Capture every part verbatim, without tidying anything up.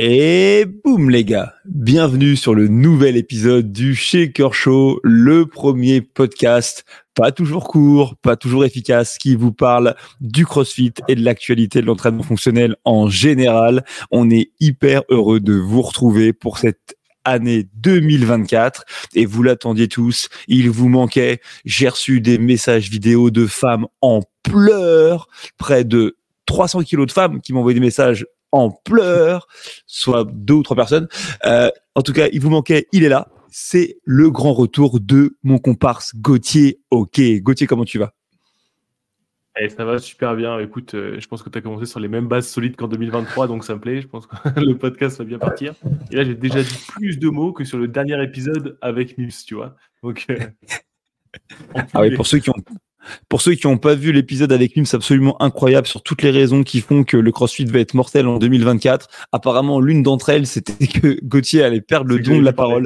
Et boum les gars, bienvenue sur le nouvel épisode du Shaker Show, le premier podcast, pas toujours court, pas toujours efficace, qui vous parle du CrossFit et de l'actualité de l'entraînement fonctionnel en général. On est hyper heureux de vous retrouver pour cette année deux mille vingt-quatre et vous l'attendiez tous, il vous manquait. J'ai reçu des messages vidéo de femmes en pleurs, près de trois cents kilos de femmes qui m'ont envoyé des messages en pleurs, soit deux ou trois personnes. Euh, en tout cas, il vous manquait, il est là. C'est le grand retour de mon comparse Gauthier. Ok, Gauthier, comment tu vas ? Eh, ça va super bien. Écoute, euh, je pense que tu as commencé sur les mêmes bases solides qu'en deux mille vingt-trois, donc ça me plaît. Je pense que le podcast va bien partir. Et là, j'ai déjà dit plus de mots que sur le dernier épisode avec Mims, tu vois. Donc, euh, ah oui, pour ceux qui ont Pour ceux qui n'ont pas vu l'épisode avec lui, c'est absolument incroyable sur toutes les raisons qui font que le CrossFit va être mortel en deux mille vingt-quatre. Apparemment, l'une d'entre elles, c'était que Gauthier allait perdre le don de la parole.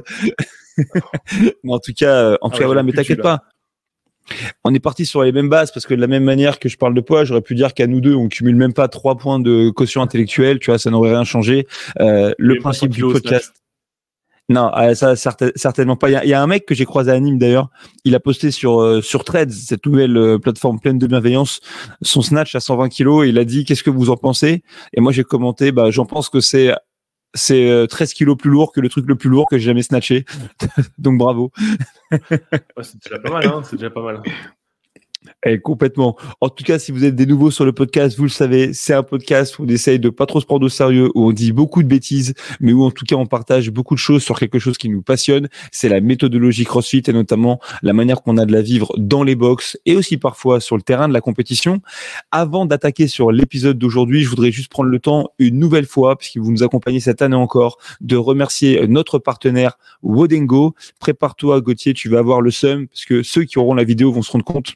Mais en tout cas, en tout ah cas, ouais, voilà. Mais t'inquiète pas. On est parti sur les mêmes bases parce que de la même manière que je parle de poids, j'aurais pu dire qu'à nous deux, on cumule même pas trois points de quotient intellectuel. Tu vois, ça n'aurait rien changé. Euh, le Mais principe du podcast. Non, ça certain, certainement pas. Il y, a, il y a un mec que j'ai croisé à Nîmes d'ailleurs. Il a posté sur euh, sur Threads, cette nouvelle euh, plateforme pleine de bienveillance, son snatch à cent vingt kilos. Et il a dit qu'est-ce que vous en pensez ? Et moi j'ai commenté, bah j'en pense que c'est c'est euh, treize kilos plus lourd que le truc le plus lourd que j'ai jamais snatché. Donc bravo. Ouais, c'est déjà pas mal, hein. C'est déjà pas mal. Eh, complètement. En tout cas, si vous êtes des nouveaux sur le podcast, vous le savez, c'est un podcast où on essaye de pas trop se prendre au sérieux, où on dit beaucoup de bêtises, mais où en tout cas on partage beaucoup de choses sur quelque chose qui nous passionne. C'est la méthodologie CrossFit et notamment la manière qu'on a de la vivre dans les box et aussi parfois sur le terrain de la compétition. Avant d'attaquer sur l'épisode d'aujourd'hui, je voudrais juste prendre le temps une nouvelle fois, puisque vous nous accompagnez cette année encore, de remercier notre partenaire Wodengo. Prépare-toi, Gauthier, tu vas avoir le seum, parce que ceux qui auront la vidéo vont se rendre compte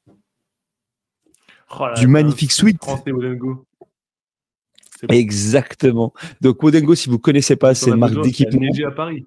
Oh là, du magnifique suite. Exactement. Donc Wodengo, si vous connaissez pas, c'est une marque d'équipement. Il a neigé à Paris.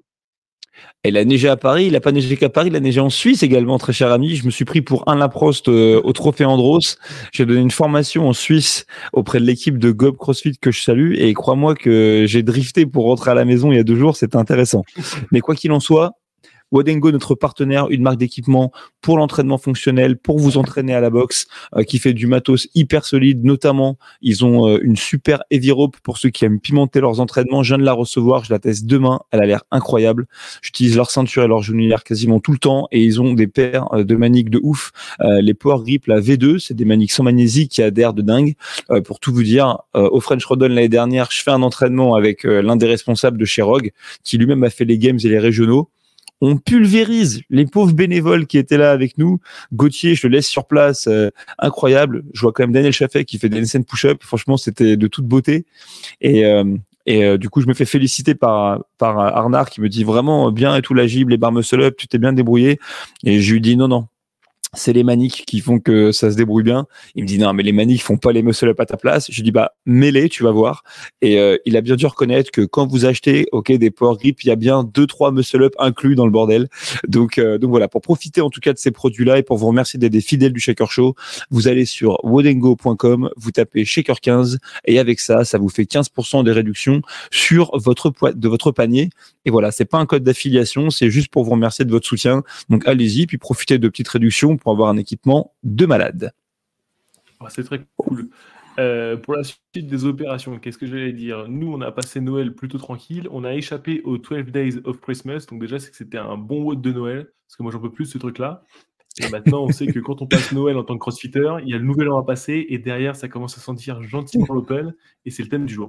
Il a neigé à Paris. Il a pas neigé qu'à Paris. Il a neigé en Suisse également, très cher ami. Je me suis pris pour un Laproste euh, au Trophée Andros. J'ai donné une formation en Suisse auprès de l'équipe de Gob CrossFit que je salue. Et crois-moi que j'ai drifté pour rentrer à la maison il y a deux jours. C'était intéressant. Mais quoi qu'il en soit, Wodengo, notre partenaire, une marque d'équipement pour l'entraînement fonctionnel, pour vous entraîner à la boxe, euh, qui fait du matos hyper solide. Notamment, ils ont euh, une super heavy rope pour ceux qui aiment pimenter leurs entraînements. Je viens de la recevoir, je la teste demain. Elle a l'air incroyable. J'utilise leur ceinture et leur genouillère quasiment tout le temps et ils ont des paires euh, de maniques de ouf. Euh, les Power Grip, la V deux, c'est des maniques sans magnésie qui adhèrent de dingue. Euh, pour tout vous dire, euh, au French Rodon l'année dernière, je fais un entraînement avec euh, l'un des responsables de chez Rogue, qui lui-même a fait les games et les régionaux. On pulvérise les pauvres bénévoles qui étaient là avec nous. Gauthier, je le laisse sur place, euh, incroyable. Je vois quand même Daniel Chaffet qui fait des handstand push-up. Franchement, c'était de toute beauté. Et, euh, et euh, du coup, je me fais féliciter par par Arnard qui me dit vraiment bien et tout la gym, les barres muscle-up, tu t'es bien débrouillé. Et je lui dis non, non. C'est les maniques qui font que ça se débrouille bien. Il me dit non, mais les maniques font pas les muscle-up à ta place. Je dis bah mets-les, tu vas voir. Et euh, il a bien dû reconnaître que quand vous achetez, ok, des Power Grip, il y a bien deux trois muscle-up inclus dans le bordel. Donc euh, donc voilà, pour profiter en tout cas de ces produits-là et pour vous remercier d'être des fidèles du Shaker Show, vous allez sur wodengo point com, vous tapez Shaker quinze et avec ça, ça vous fait quinze pour cent de réduction sur votre poids de votre panier. Et voilà, c'est pas un code d'affiliation, c'est juste pour vous remercier de votre soutien. Donc allez-y, puis profitez de petites réductions pour avoir un équipement de malade. Oh, c'est très cool. Euh, pour la suite des opérations, qu'est-ce que j'allais dire ? Nous, on a passé Noël plutôt tranquille. On a échappé aux douze Days of Christmas. Donc déjà, c'est que c'était un bon vote de Noël. Parce que moi, j'en peux plus de ce truc-là. Et maintenant, on sait que quand on passe Noël en tant que crossfitter, il y a le nouvel an à passer. Et derrière, ça commence à sentir gentiment l'open. Et c'est le thème du jour.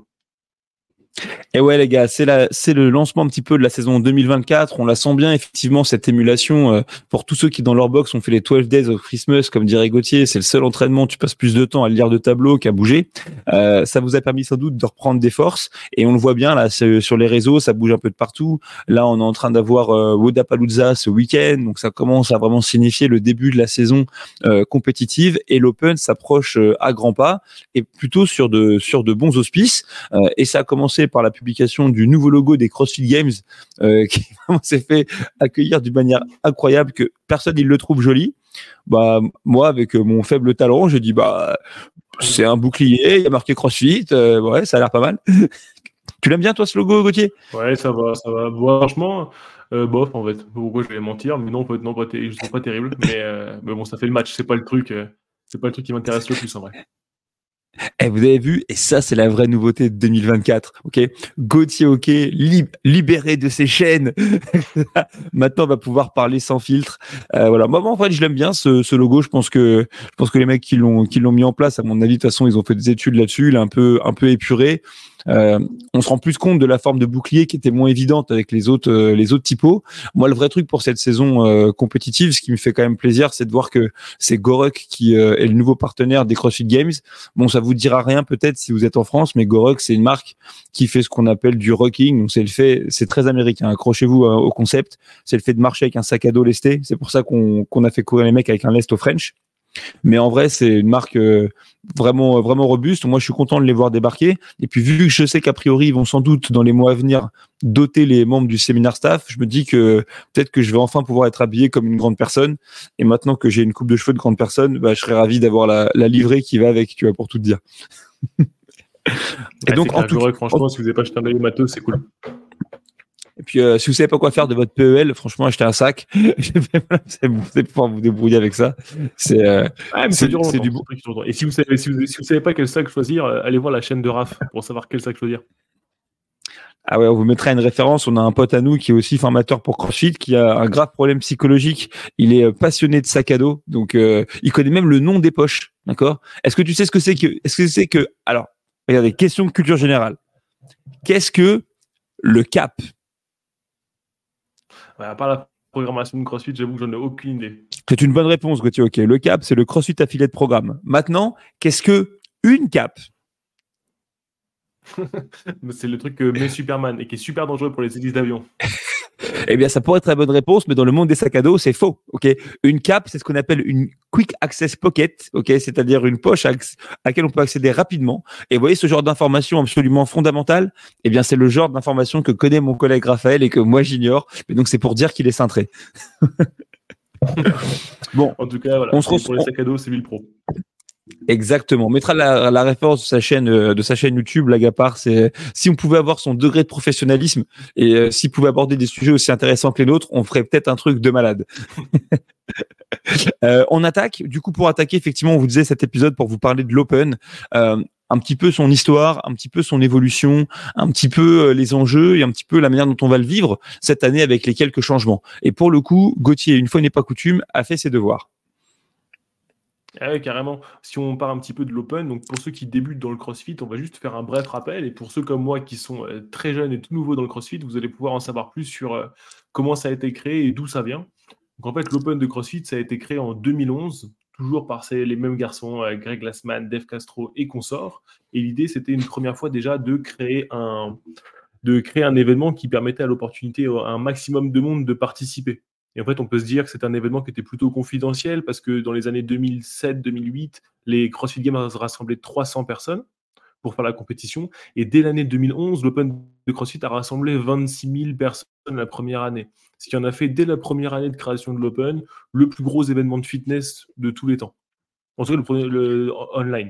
Et ouais les gars, c'est la, c'est le lancement un petit peu de la saison deux mille vingt-quatre. On la sent bien effectivement cette émulation euh, pour tous ceux qui dans leur box ont fait les douze Days of Christmas, comme dirait Gauthier. C'est le seul entraînement. Tu passes plus de temps à lire de tableaux qu'à bouger. Euh, ça vous a permis sans doute de reprendre des forces et on le voit bien là sur les réseaux, ça bouge un peu de partout. Là, on est en train d'avoir euh, Wodapalooza ce week-end, donc ça commence à vraiment signifier le début de la saison euh, compétitive et l'Open s'approche euh, à grands pas et plutôt sur de sur de bons auspices. Euh, et ça a commencé par la publication du nouveau logo des CrossFit Games euh, qui s'est fait accueillir d'une manière incroyable que personne il le trouve joli. Bah moi avec mon faible talent, je dis bah c'est un bouclier, il y a marqué CrossFit, euh, ouais ça a l'air pas mal. Tu l'aimes bien, toi, ce logo, Gauthier? Ouais, ça va, ça va. Bon, franchement, euh, bof, en fait. Pourquoi je vais mentir? Mais non, en fait, non, pas ter- je trouve pas terrible. Mais, euh, mais bon, ça fait le match. C'est pas le truc, euh, c'est pas le truc qui m'intéresse le plus, en vrai. Eh, vous avez vu, et ça, c'est la vraie nouveauté de deux mille vingt-quatre. Ok, Gauthier, ok, lib- libéré de ses chaînes. Maintenant, on va pouvoir parler sans filtre. Euh, voilà. Moi, moi, en fait, je l'aime bien ce, ce logo. Je pense que, je pense que les mecs qui l'ont, qui l'ont mis en place, à mon avis, de toute façon, ils ont fait des études là-dessus. Il est un peu, un peu épuré. Euh, on se rend plus compte de la forme de bouclier qui était moins évidente avec les autres, euh, les autres typos. Moi, le vrai truc pour cette saison euh, compétitive, ce qui me fait quand même plaisir, c'est de voir que c'est Gorok qui euh, est le nouveau partenaire des CrossFit Games. Bon, ça vous dira rien peut-être si vous êtes en France, mais Gorok, c'est une marque qui fait ce qu'on appelle du rocking. Donc, c'est le fait, c'est très américain. Accrochez-vous euh, au concept. C'est le fait de marcher avec un sac à dos lesté. C'est pour ça qu'on, qu'on a fait courir les mecs avec un lest au French. Mais en vrai, c'est une marque euh, vraiment, vraiment robuste. Moi, je suis content de les voir débarquer. Et puis, vu que je sais qu'a priori, ils vont sans doute, dans les mois à venir, doter les membres du séminaire staff, je me dis que peut-être que je vais enfin pouvoir être habillé comme une grande personne. Et maintenant que j'ai une coupe de cheveux de grande personne, bah, je serais ravi d'avoir la, la livrée qui va avec, tu vois, pour tout te dire. Et Ouais, donc, c'est en clair, tout Gorok, cas, franchement, si vous n'avez pas acheté un maillot matos, c'est cool. et puis, euh, si vous savez pas quoi faire de votre P E L, franchement, achetez un sac. c'est bon, c'est pouvoir vous débrouiller avec ça. C'est, euh, Ah, mais c'est, ça dure c'est longtemps. du bon. c'est très longtemps. Et si vous savez, si vous, si vous savez pas quel sac choisir, euh, allez voir la chaîne de Raph pour savoir quel sac choisir. Ah ouais, on vous mettra une référence. On a un pote à nous qui est aussi formateur pour CrossFit, qui a un grave problème psychologique. Il est euh, passionné de sac à dos, donc euh, il connaît même le nom des poches. D'accord? Est-ce que tu sais ce que c'est que, est-ce que c'est que, alors, regardez, question de culture générale. Qu'est-ce que le cap? Ouais, à part la programmation de CrossFit, j'avoue que j'en ai aucune idée. C'est une bonne réponse, Gauthier. Ok, le cap, c'est le CrossFit affilié de programme. Maintenant, qu'est-ce que une cap? C'est le truc que met Superman et qui est super dangereux pour les hélices d'avion. Eh bien, ça pourrait être la bonne réponse, mais dans le monde des sacs à dos, c'est faux. Ok, une cap, c'est ce qu'on appelle une quick access pocket. Ok, c'est-à-dire une poche à, à laquelle on peut accéder rapidement. Et vous voyez ce genre d'information absolument fondamentale. Eh bien, c'est le genre d'information que connaît mon collègue Raphaël et que moi j'ignore. Mais donc, c'est pour dire qu'il est cintré. Bon, En tout cas, voilà. on se Et re- pour les on- sacs à dos, c'est Pro. Exactement. On mettra la, la référence de sa chaîne, euh, de sa chaîne YouTube, blague à part. C'est si on pouvait avoir son degré de professionnalisme et euh, s'il pouvait aborder des sujets aussi intéressants que les nôtres, on ferait peut-être un truc de malade. Euh, on attaque. Du coup, pour attaquer, effectivement, on vous disait cet épisode pour vous parler de l'Open, euh, un petit peu son histoire, un petit peu son évolution, un petit peu euh, les enjeux et un petit peu la manière dont on va le vivre cette année avec les quelques changements. Et pour le coup, Gauthier, une fois n'est pas coutume, a fait ses devoirs. Ah ouais, carrément. Si on part un petit peu de l'open, donc pour ceux qui débutent dans le CrossFit, on va juste faire un bref rappel. Et pour ceux comme moi qui sont euh, très jeunes et tout nouveaux dans le CrossFit, vous allez pouvoir en savoir plus sur euh, comment ça a été créé et d'où ça vient. Donc en fait, l'open de CrossFit, ça a été créé en deux mille onze, toujours par ces, les mêmes garçons, euh, Greg Glassman, Dave Castro et consorts. Et l'idée, c'était une première fois déjà de créer un, de créer un événement qui permettait à l'opportunité à un maximum de monde de participer. Et en fait, on peut se dire que c'est un événement qui était plutôt confidentiel parce que dans les années deux mille sept deux mille huit, les CrossFit Games rassemblaient trois cents personnes pour faire la compétition. Et dès l'année deux mille onze, l'Open de CrossFit a rassemblé vingt-six mille personnes la première année. Ce qui en a fait, dès la première année de création de l'Open, le plus gros événement de fitness de tous les temps. En tout cas, le, premier, le online.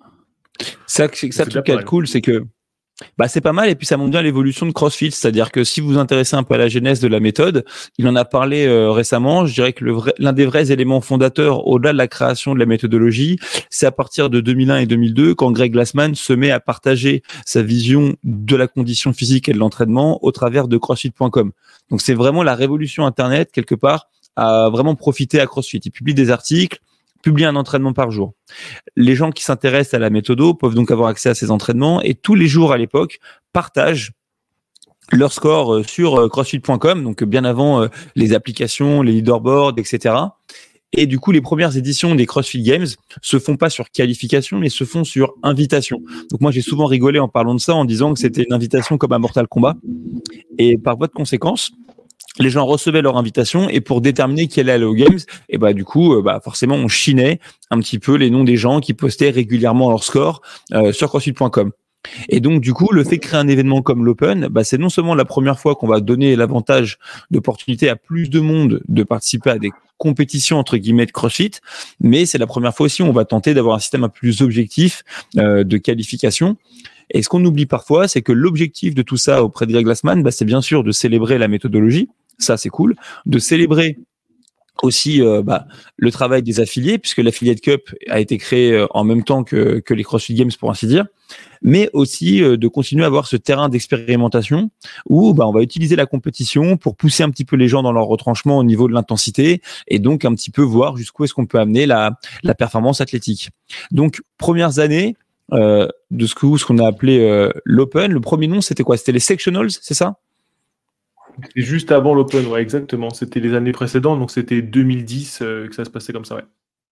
Ça, c'est ça, le truc qui est cool, c'est que bah, c'est pas mal et puis ça montre bien l'évolution de CrossFit, c'est-à-dire que si vous vous intéressez un peu à la genèse de la méthode, il en a parlé euh, récemment, je dirais que le vrai, l'un des vrais éléments fondateurs au-delà de la création de la méthodologie, c'est à partir de deux mille un et deux mille deux quand Greg Glassman se met à partager sa vision de la condition physique et de l'entraînement au travers de CrossFit point com. Donc c'est vraiment la révolution Internet quelque part a vraiment profité à CrossFit. Il publie des articles, publie un entraînement par jour. Les gens qui s'intéressent à la méthodo peuvent donc avoir accès à ces entraînements et tous les jours à l'époque partagent leur score sur CrossFit point com, donc bien avant les applications, les leaderboards, et cetera. Et du coup, les premières éditions des CrossFit Games se font pas sur qualification, mais se font sur invitation. Donc moi, j'ai souvent rigolé en parlant de ça, en disant que c'était une invitation comme à Mortal Kombat. Et par voie de conséquence, les gens recevaient leur invitation et pour déterminer qui allait aller aux Games, et bah du coup, bah forcément, on chinait un petit peu les noms des gens qui postaient régulièrement leur score euh, sur CrossFit point com. Et donc du coup, le fait de créer un événement comme l'Open, bah c'est non seulement la première fois qu'on va donner l'avantage d'opportunité à plus de monde de participer à des compétitions entre guillemets de CrossFit, mais c'est la première fois aussi où on va tenter d'avoir un système un peu plus objectif euh, de qualification. Et ce qu'on oublie parfois, c'est que l'objectif de tout ça auprès de Greg Glassman, bah, c'est bien sûr de célébrer la méthodologie, ça c'est cool, de célébrer aussi euh, bah, le travail des affiliés, puisque l'Affiliate Cup a été créé euh, en même temps que, que les CrossFit Games, pour ainsi dire, mais aussi euh, de continuer à avoir ce terrain d'expérimentation où bah, on va utiliser la compétition pour pousser un petit peu les gens dans leur retranchement au niveau de l'intensité et donc un petit peu voir jusqu'où est-ce qu'on peut amener la, la performance athlétique. Donc, premières années euh, de ce, que, ce qu'on a appelé euh, l'Open, le premier nom, c'était quoi? C'était les Sectionals, c'est ça? C'était juste avant l'Open, ouais, exactement. C'était les années précédentes, donc c'était deux mille dix euh, que ça se passait comme ça, ouais.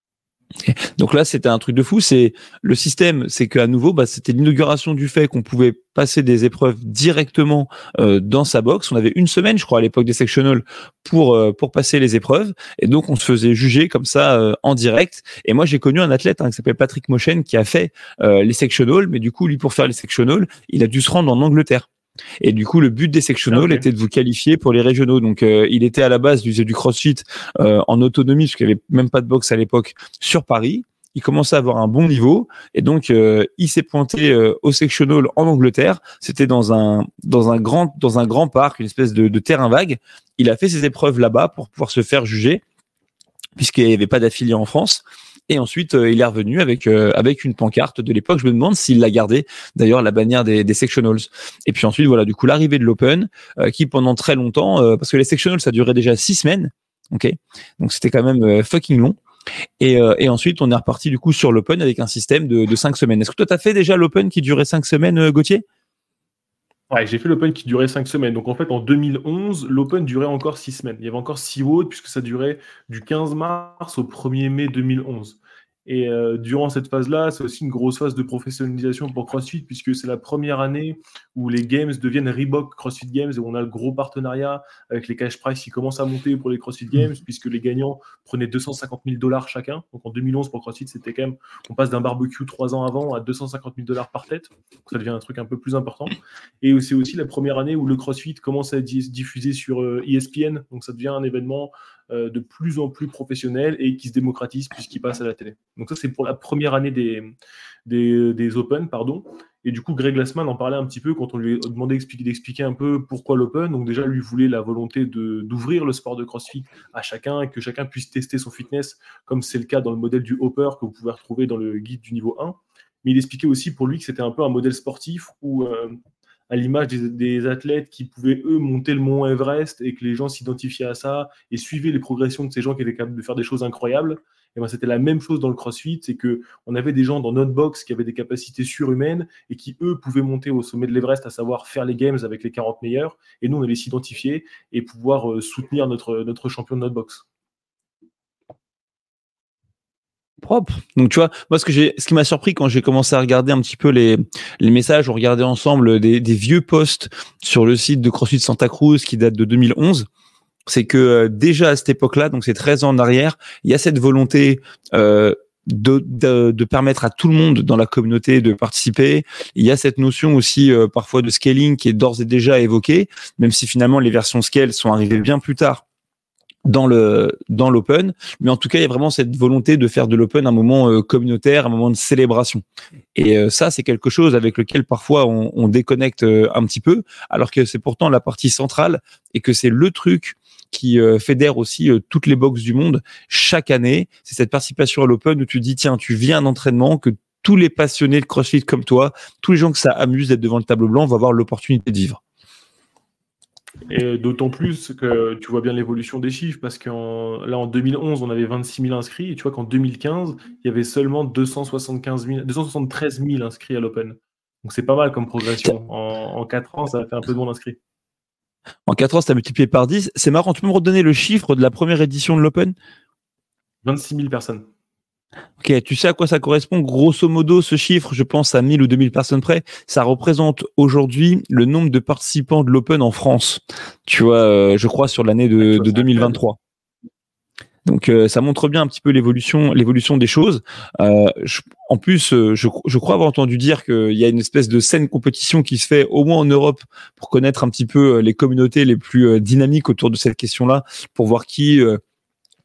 Donc là, c'était un truc de fou. C'est le système, c'est qu'à nouveau, bah, c'était l'inauguration du fait qu'on pouvait passer des épreuves directement euh, dans sa box. On avait une semaine, je crois, à l'époque des sectionals pour euh, pour passer les épreuves, et donc on se faisait juger comme ça euh, en direct. Et moi, j'ai connu un athlète hein, qui s'appelle Patrick Mochen qui a fait euh, les sectionals, mais du coup, lui, pour faire les sectionals, il a dû se rendre en Angleterre. Et du coup, le but des sectionals Ah, okay. était de vous qualifier pour les régionaux. Donc, euh, il était à la base du, du CrossFit euh, en autonomie, parce qu'il n'y avait même pas de boxe à l'époque, sur Paris. Il commençait à avoir un bon niveau. Et donc, euh, il s'est pointé euh, au sectional en Angleterre. C'était dans un, dans un grand, dans un grand parc, une espèce de, de terrain vague. Il a fait ses épreuves là-bas pour pouvoir se faire juger, puisqu'il n'y avait pas d'affilié en France. Et ensuite, euh, il est revenu avec euh, avec une pancarte de l'époque. Je me demande s'il l'a gardé, d'ailleurs, la bannière des, des sectionals. Et puis ensuite, voilà, du coup, l'arrivée de l'Open, euh, qui pendant très longtemps, euh, parce que les sectionals, ça durait déjà six semaines, ok, donc c'était quand même euh, fucking long. Et, euh, et ensuite, on est reparti du coup sur l'Open avec un système de, de cinq semaines. Est-ce que toi, t'as fait déjà l'Open qui durait cinq semaines, euh, Gauthier? Ouais, j'ai fait l'Open qui durait cinq semaines. Donc en fait, en deux mille onze, l'Open durait encore six semaines. Il y avait encore six votes puisque ça durait du quinze mars au premier mai deux mille onze. Et euh, durant cette phase-là, c'est aussi une grosse phase de professionnalisation pour CrossFit puisque c'est la première année où les Games deviennent Reebok CrossFit Games et on a le gros partenariat avec les cash price qui commencent à monter pour les CrossFit Games puisque les gagnants prenaient deux cent cinquante mille dollars chacun. Donc en deux mille onze pour CrossFit, c'était quand même, on passe d'un barbecue trois ans avant à deux cent cinquante mille dollars par tête. Donc ça devient un truc un peu plus important. Et c'est aussi la première année où le CrossFit commence à être diffusé sur E S P N. Donc ça devient un événement euh, de plus en plus professionnel et qui se démocratise puisqu'il passe à la télé. Donc ça, c'est pour la première année des, des, des Open, pardon. Et du coup, Greg Glassman en parlait un petit peu quand on lui a demandé d'expliquer, d'expliquer un peu pourquoi l'Open. Donc déjà, lui voulait la volonté de, d'ouvrir le sport de CrossFit à chacun et que chacun puisse tester son fitness, comme c'est le cas dans le modèle du Hopper que vous pouvez retrouver dans le guide du niveau un. Mais il expliquait aussi pour lui que c'était un peu un modèle sportif où... Euh, à l'image des, des athlètes qui pouvaient, eux, monter le mont Everest et que les gens s'identifiaient à ça et suivaient les progressions de ces gens qui étaient capables de faire des choses incroyables. Et ben, c'était la même chose dans le CrossFit, c'est qu'on avait des gens dans notre box qui avaient des capacités surhumaines et qui, eux, pouvaient monter au sommet de l'Everest, à savoir faire les games avec les quarante meilleurs. Et nous, on allait s'identifier et pouvoir euh, soutenir notre, notre champion de notre box. Propre. Donc tu vois, moi ce que j'ai, ce qui m'a surpris quand j'ai commencé à regarder un petit peu les les messages, on regardait ensemble des, des vieux posts sur le site de CrossFit Santa Cruz qui date de deux mille onze, c'est que euh, déjà à cette époque-là, donc c'est treize ans en arrière, il y a cette volonté euh, de, de de permettre à tout le monde dans la communauté de participer. Il y a cette notion aussi euh, parfois de scaling qui est d'ores et déjà évoquée, même si finalement les versions scale sont arrivées bien plus tard dans le dans l'Open, mais en tout cas il y a vraiment cette volonté de faire de l'Open un moment euh, communautaire, un moment de célébration. Et euh, ça c'est quelque chose avec lequel parfois on, on déconnecte euh, un petit peu, alors que c'est pourtant la partie centrale et que c'est le truc qui euh, fédère aussi euh, toutes les boxes du monde chaque année. C'est cette participation à l'Open où tu dis tiens tu viens à un entraînement que tous les passionnés de CrossFit comme toi, tous les gens que ça amuse d'être devant le tableau blanc vont avoir l'opportunité de vivre. Et d'autant plus que tu vois bien l'évolution des chiffres, parce que là, en deux mille onze, on avait vingt-six mille inscrits, et tu vois qu'en deux mille quinze, il y avait seulement deux cent soixante-quinze mille, deux cent soixante-treize mille inscrits à l'Open. Donc c'est pas mal comme progression. En, en quatre ans, ça a fait un peu de monde inscrit. En quatre ans, ça a multiplié par dix. C'est marrant, tu peux me redonner le chiffre de la première édition de l'Open? vingt-six mille personnes. Ok, tu sais à quoi ça correspond? Grosso modo, ce chiffre, je pense à mille ou deux mille personnes près, ça représente aujourd'hui le nombre de participants de l'Open en France. Tu vois, euh, je crois sur l'année de, de deux mille vingt-trois. Donc euh, ça montre bien un petit peu l'évolution, l'évolution des choses. Euh, je, en plus, euh, je, je crois avoir entendu dire qu'il y a une espèce de saine compétition qui se fait au moins en Europe pour connaître un petit peu les communautés les plus euh, dynamiques autour de cette question-là, pour voir qui euh,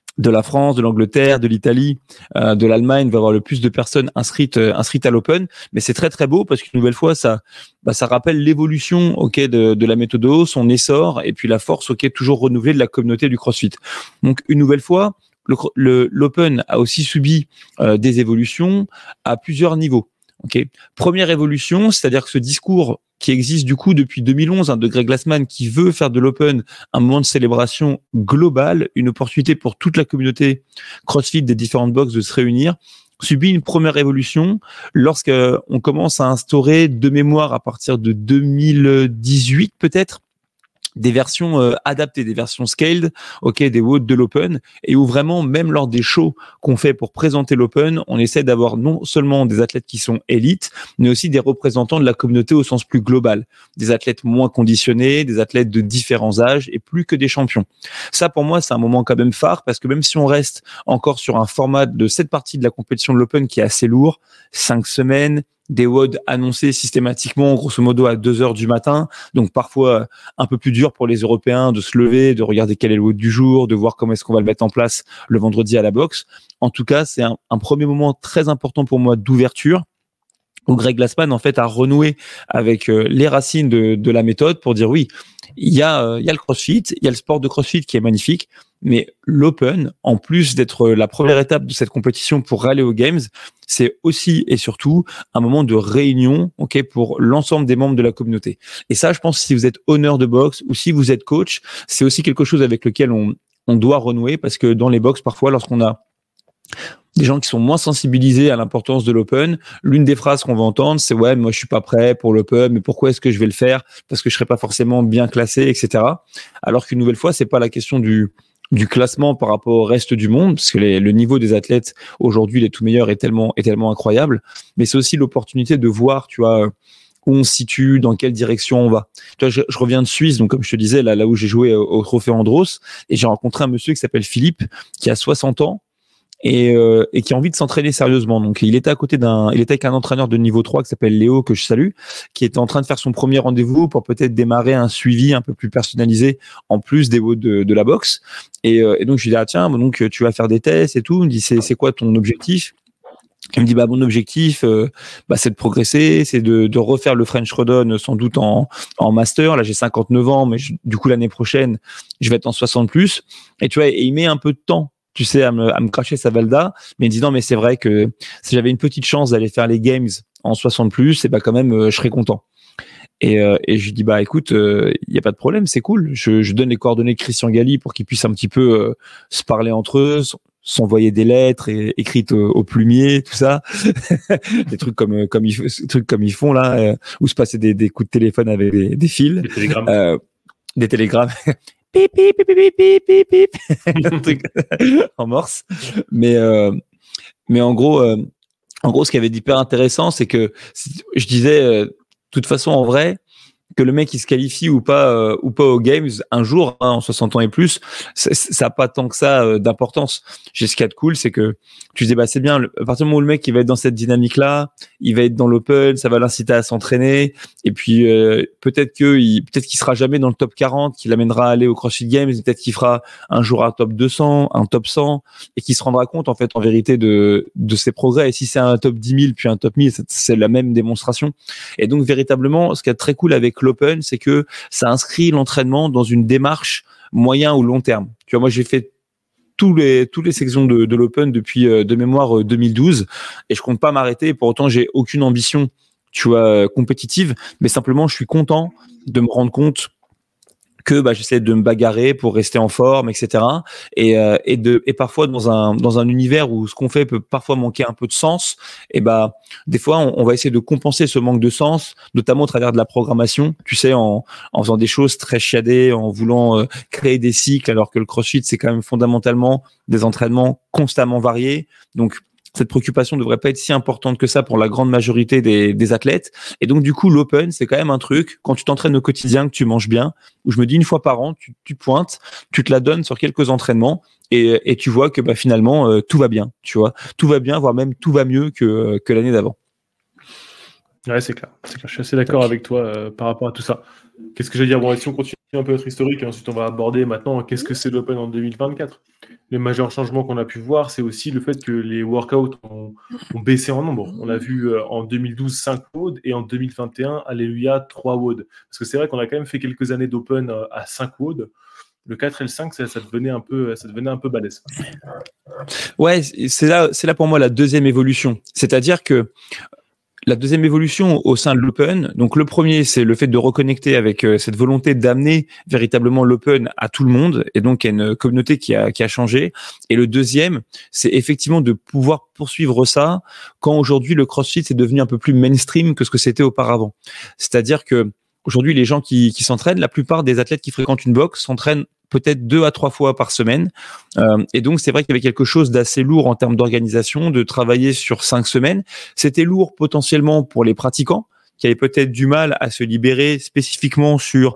de la France, de l'Angleterre, de l'Italie, euh, de l'Allemagne va avoir le plus de personnes inscrites euh, inscrites à l'Open, mais c'est très très beau parce qu'une nouvelle fois ça bah, ça rappelle l'évolution ok de, de la méthode, son essor et puis la force ok toujours renouvelée de la communauté du CrossFit. Donc une nouvelle fois le, le l'Open a aussi subi euh, des évolutions à plusieurs niveaux. Ok, première évolution, c'est-à-dire que ce discours qui existe du coup depuis deux mille onze, hein, de Greg Glassman, qui veut faire de l'Open un moment de célébration globale, une opportunité pour toute la communauté CrossFit des différentes boxes de se réunir, subit une première évolution lorsqu'on commence à instaurer de mémoire à partir de deux mille dix-huit peut-être, des versions euh, adaptées, des versions scaled, ok, des W O D de l'Open, et où vraiment, même lors des shows qu'on fait pour présenter l'Open, on essaie d'avoir non seulement des athlètes qui sont élites, mais aussi des représentants de la communauté au sens plus global, des athlètes moins conditionnés, des athlètes de différents âges, et plus que des champions. Ça, pour moi, c'est un moment quand même phare, parce que même si on reste encore sur un format de cette partie de la compétition de l'Open qui est assez lourd, cinq semaines, des W O D annoncés systématiquement, grosso modo à deux heures du matin. Donc parfois un peu plus dur pour les Européens de se lever, de regarder quel est le W O D du jour, de voir comment est-ce qu'on va le mettre en place le vendredi à la boxe. En tout cas, c'est un, un premier moment très important pour moi d'ouverture, où Greg Glassman en fait a renoué avec euh, les racines de, de la méthode pour dire oui, il y a, euh, il y a le CrossFit, il y a le sport de CrossFit qui est magnifique, mais l'Open, en plus d'être la première étape de cette compétition pour aller aux Games, c'est aussi et surtout un moment de réunion, ok, pour l'ensemble des membres de la communauté. Et ça, je pense, si vous êtes honneur de boxe ou si vous êtes coach, c'est aussi quelque chose avec lequel on, on doit renouer, parce que dans les box, parfois, lorsqu'on a des gens qui sont moins sensibilisés à l'importance de l'Open, l'une des phrases qu'on va entendre, c'est ouais, moi je suis pas prêt pour l'Open, mais pourquoi est-ce que je vais le faire? Parce que je serai pas forcément bien classé, et cetera. Alors qu'une nouvelle fois, c'est pas la question du du classement par rapport au reste du monde, parce que les, le niveau des athlètes aujourd'hui, les tout meilleurs, est tellement est tellement incroyable. Mais c'est aussi l'opportunité de voir, tu vois, où on se situe, dans quelle direction on va. Tu vois, je, je reviens de Suisse, donc comme je te disais, là, là où j'ai joué au, au Trophée Andros, et j'ai rencontré un monsieur qui s'appelle Philippe, qui a soixante ans. Et, euh, et qui a envie de s'entraîner sérieusement. Donc, il était à côté d'un, il était avec un entraîneur de niveau trois qui s'appelle Léo, que je salue, qui était en train de faire son premier rendez-vous pour peut-être démarrer un suivi un peu plus personnalisé en plus des W O D de, de la boxe. Et, euh, et donc, je lui dis, ah tiens, donc tu vas faire des tests et tout. Il me dit, c'est, c'est quoi ton objectif? Il me dit, bah, mon objectif, euh, bah, c'est de progresser, c'est de, de refaire le French Rodon sans doute en, en master. Là, j'ai cinquante-neuf ans, mais je, du coup, l'année prochaine, je vais être en soixante plus. Et tu vois, et il met un peu de temps, tu sais, à me, à me cracher sa Valda, mais il me dit non, mais c'est vrai que si j'avais une petite chance d'aller faire les Games en soixante plus, et bah quand même, euh, je serais content. Et, euh, et je lui dis bah écoute, il euh, y a pas de problème, c'est cool. Je, je donne les coordonnées de Christian Galli pour qu'ils puissent un petit peu euh, se parler entre eux, s'envoyer des lettres et, écrites au, au plumier, tout ça, des trucs comme comme ils trucs comme ils font là, euh, ou se passer des, des coups de téléphone avec des, des fils, des télégrammes, euh, des télégrammes. Pip, pip, pip, pip, pip, pip, pip. Un truc en morse. Mais, euh, mais en gros, euh, en gros, ce qui avait d'hyper intéressant, c'est que je disais, euh, de toute façon, en vrai, que le mec il se qualifie ou pas euh, ou pas aux Games un jour, hein, en soixante ans et plus, ça, ça a pas tant que ça euh, d'importance. J'ai ce qu'il y a de cool, c'est que tu disais bah c'est bien, le, à partir du moment où le mec il va être dans cette dynamique là, il va être dans l'Open, ça va l'inciter à s'entraîner, et puis euh, peut-être que il peut-être qu'il sera jamais dans le top quarante, qu'il l'amènera à aller au CrossFit Games, peut-être qu'il fera un jour un top deux cents, un top cent, et qu'il se rendra compte en fait en vérité de de ses progrès. Et si c'est un top dix mille puis un top mille, c'est, c'est la même démonstration. Et donc véritablement, ce qui est très cool avec l'Open, c'est que ça inscrit l'entraînement dans une démarche moyen ou long terme. Tu vois, moi j'ai fait tous les toutes les sections de, de l'Open depuis euh, de mémoire euh, deux mille douze, et je compte pas m'arrêter. Pour autant, j'ai aucune ambition, tu vois, compétitive, mais simplement je suis content de me rendre compte que bah j'essaie de me bagarrer pour rester en forme, et cetera. Et euh, et de et parfois dans un dans un univers où ce qu'on fait peut parfois manquer un peu de sens, et bah des fois on, on va essayer de compenser ce manque de sens, notamment au travers de la programmation. Tu sais, en en faisant des choses très chiadées, en voulant euh, créer des cycles, alors que le CrossFit c'est quand même fondamentalement des entraînements constamment variés. Donc cette préoccupation ne devrait pas être si importante que ça pour la grande majorité des, des athlètes. Et donc, du coup, l'Open, c'est quand même un truc, quand tu t'entraînes au quotidien, que tu manges bien, où je me dis une fois par an, tu, tu pointes, tu te la donnes sur quelques entraînements, et, et tu vois que bah, finalement, euh, tout va bien, tu vois. Tout va bien, voire même tout va mieux que, que l'année d'avant. Ouais, c'est clair. C'est clair. Je suis assez d'accord avec toi euh, par rapport à tout ça. Qu'est-ce que je veux dire? Bon, si on continue un peu notre historique, et ensuite on va aborder maintenant qu'est-ce que c'est l'Open en deux mille vingt-quatre. Les majeurs changements qu'on a pu voir, c'est aussi le fait que les workouts ont, ont baissé en nombre. On a vu euh, en deux mille douze cinq W O D et en deux mille vingt et un, alléluia, trois W O D. Parce que c'est vrai qu'on a quand même fait quelques années d'Open euh, à cinq W O D. Le quatre et le cinq, ça, ça devenait un peu, ça devenait un peu balèze. Ouais, c'est là, c'est là pour moi la deuxième évolution. C'est-à-dire que la deuxième évolution au sein de l'Open, donc le premier, c'est le fait de reconnecter avec euh, cette volonté d'amener véritablement l'Open à tout le monde, et donc il y a une communauté qui a, qui a changé. Et le deuxième, c'est effectivement de pouvoir poursuivre ça quand aujourd'hui le CrossFit est devenu un peu plus mainstream que ce que c'était auparavant. C'est-à-dire que aujourd'hui, les gens qui, qui s'entraînent, la plupart des athlètes qui fréquentent une box s'entraînent peut-être deux à trois fois par semaine. Euh, et donc, c'est vrai qu'il y avait quelque chose d'assez lourd en termes d'organisation, de travailler sur cinq semaines. C'était lourd potentiellement pour les pratiquants qui avaient peut-être du mal à se libérer spécifiquement sur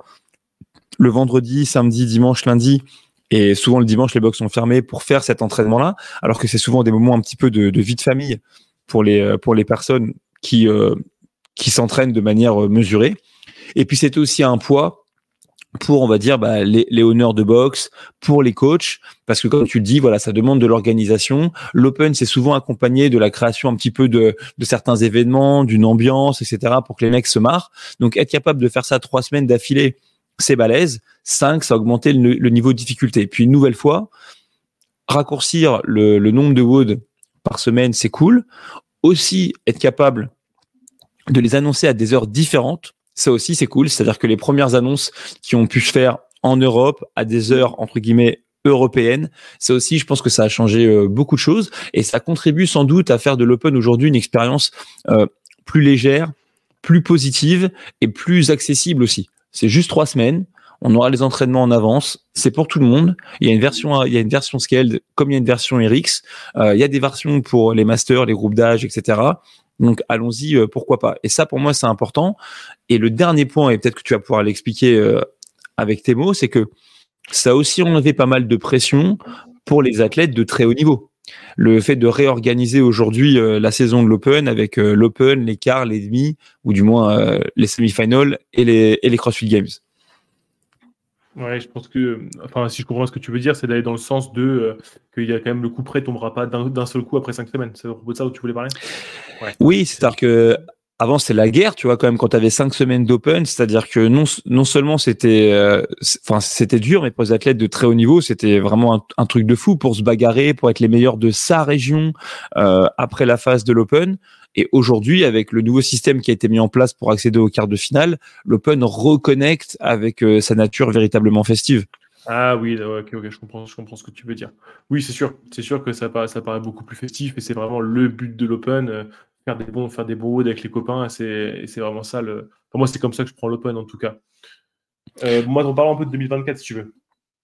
le vendredi, samedi, dimanche, lundi. Et souvent, le dimanche, les box sont fermées pour faire cet entraînement-là, alors que c'est souvent des moments un petit peu de, de vie de famille pour les, pour les personnes qui, euh, qui s'entraînent de manière mesurée. Et puis, c'était aussi un poids pour, on va dire, bah, les, les honneurs de boxe, pour les coachs, parce que comme tu le dis, voilà, ça demande de l'organisation. L'Open, c'est souvent accompagné de la création un petit peu de, de certains événements, d'une ambiance, et cetera, pour que les mecs se marrent. Donc, être capable de faire ça trois semaines d'affilée, c'est balèze. Cinq, ça a augmenté le, le niveau de difficulté. Et puis, une nouvelle fois, raccourcir le, le nombre de W O D par semaine, c'est cool. Aussi, être capable de les annoncer à des heures différentes, ça aussi, c'est cool. C'est-à-dire que les premières annonces qui ont pu se faire en Europe à des heures, entre guillemets, européennes, ça aussi, je pense que ça a changé euh, beaucoup de choses et ça contribue sans doute à faire de l'Open aujourd'hui une expérience euh, plus légère, plus positive et plus accessible aussi. C'est juste trois semaines. On aura les entraînements en avance. C'est pour tout le monde. Il y a une version, il y a une version scaled comme il y a une version R X. Euh, il y a des versions pour les masters, les groupes d'âge, et cetera. Donc, allons-y, euh, pourquoi pas. Et ça, pour moi, c'est important. Et le dernier point, et peut-être que tu vas pouvoir l'expliquer euh, avec tes mots, c'est que ça a aussi enlevé pas mal de pression pour les athlètes de très haut niveau. Le fait de réorganiser aujourd'hui euh, la saison de l'Open avec euh, l'Open, les quarts, les demi, ou du moins euh, les semi-finals et les, et les CrossFit Games. Ouais, je pense que, enfin, si je comprends ce que tu veux dire, c'est d'aller dans le sens de euh, qu'il y a quand même le coup près tombera pas d'un, d'un seul coup après cinq semaines. C'est à propos de ça où tu voulais parler? Ouais. Oui, c'est-à-dire que avant c'était la guerre, tu vois, quand même, quand tu avais cinq semaines d'Open, c'est-à-dire que non, non seulement c'était, enfin, euh, c'était dur, mais pour les athlètes de très haut niveau, c'était vraiment un, un truc de fou pour se bagarrer, pour être les meilleurs de sa région euh, après la phase de l'Open. Et aujourd'hui, avec le nouveau système qui a été mis en place pour accéder aux quarts de finale, l'Open reconnecte avec euh, sa nature véritablement festive. Ah oui, ok, ok, je comprends, je comprends ce que tu veux dire. Oui, c'est sûr, c'est sûr que ça paraît, ça paraît beaucoup plus festif et c'est vraiment le but de l'Open, euh, faire des bons, faire des bons roads avec les copains, et c'est, et c'est vraiment ça. Le... Pour moi, c'est comme ça que je prends l'Open en tout cas. Euh, moi, on parle un peu de deux mille vingt-quatre si tu veux.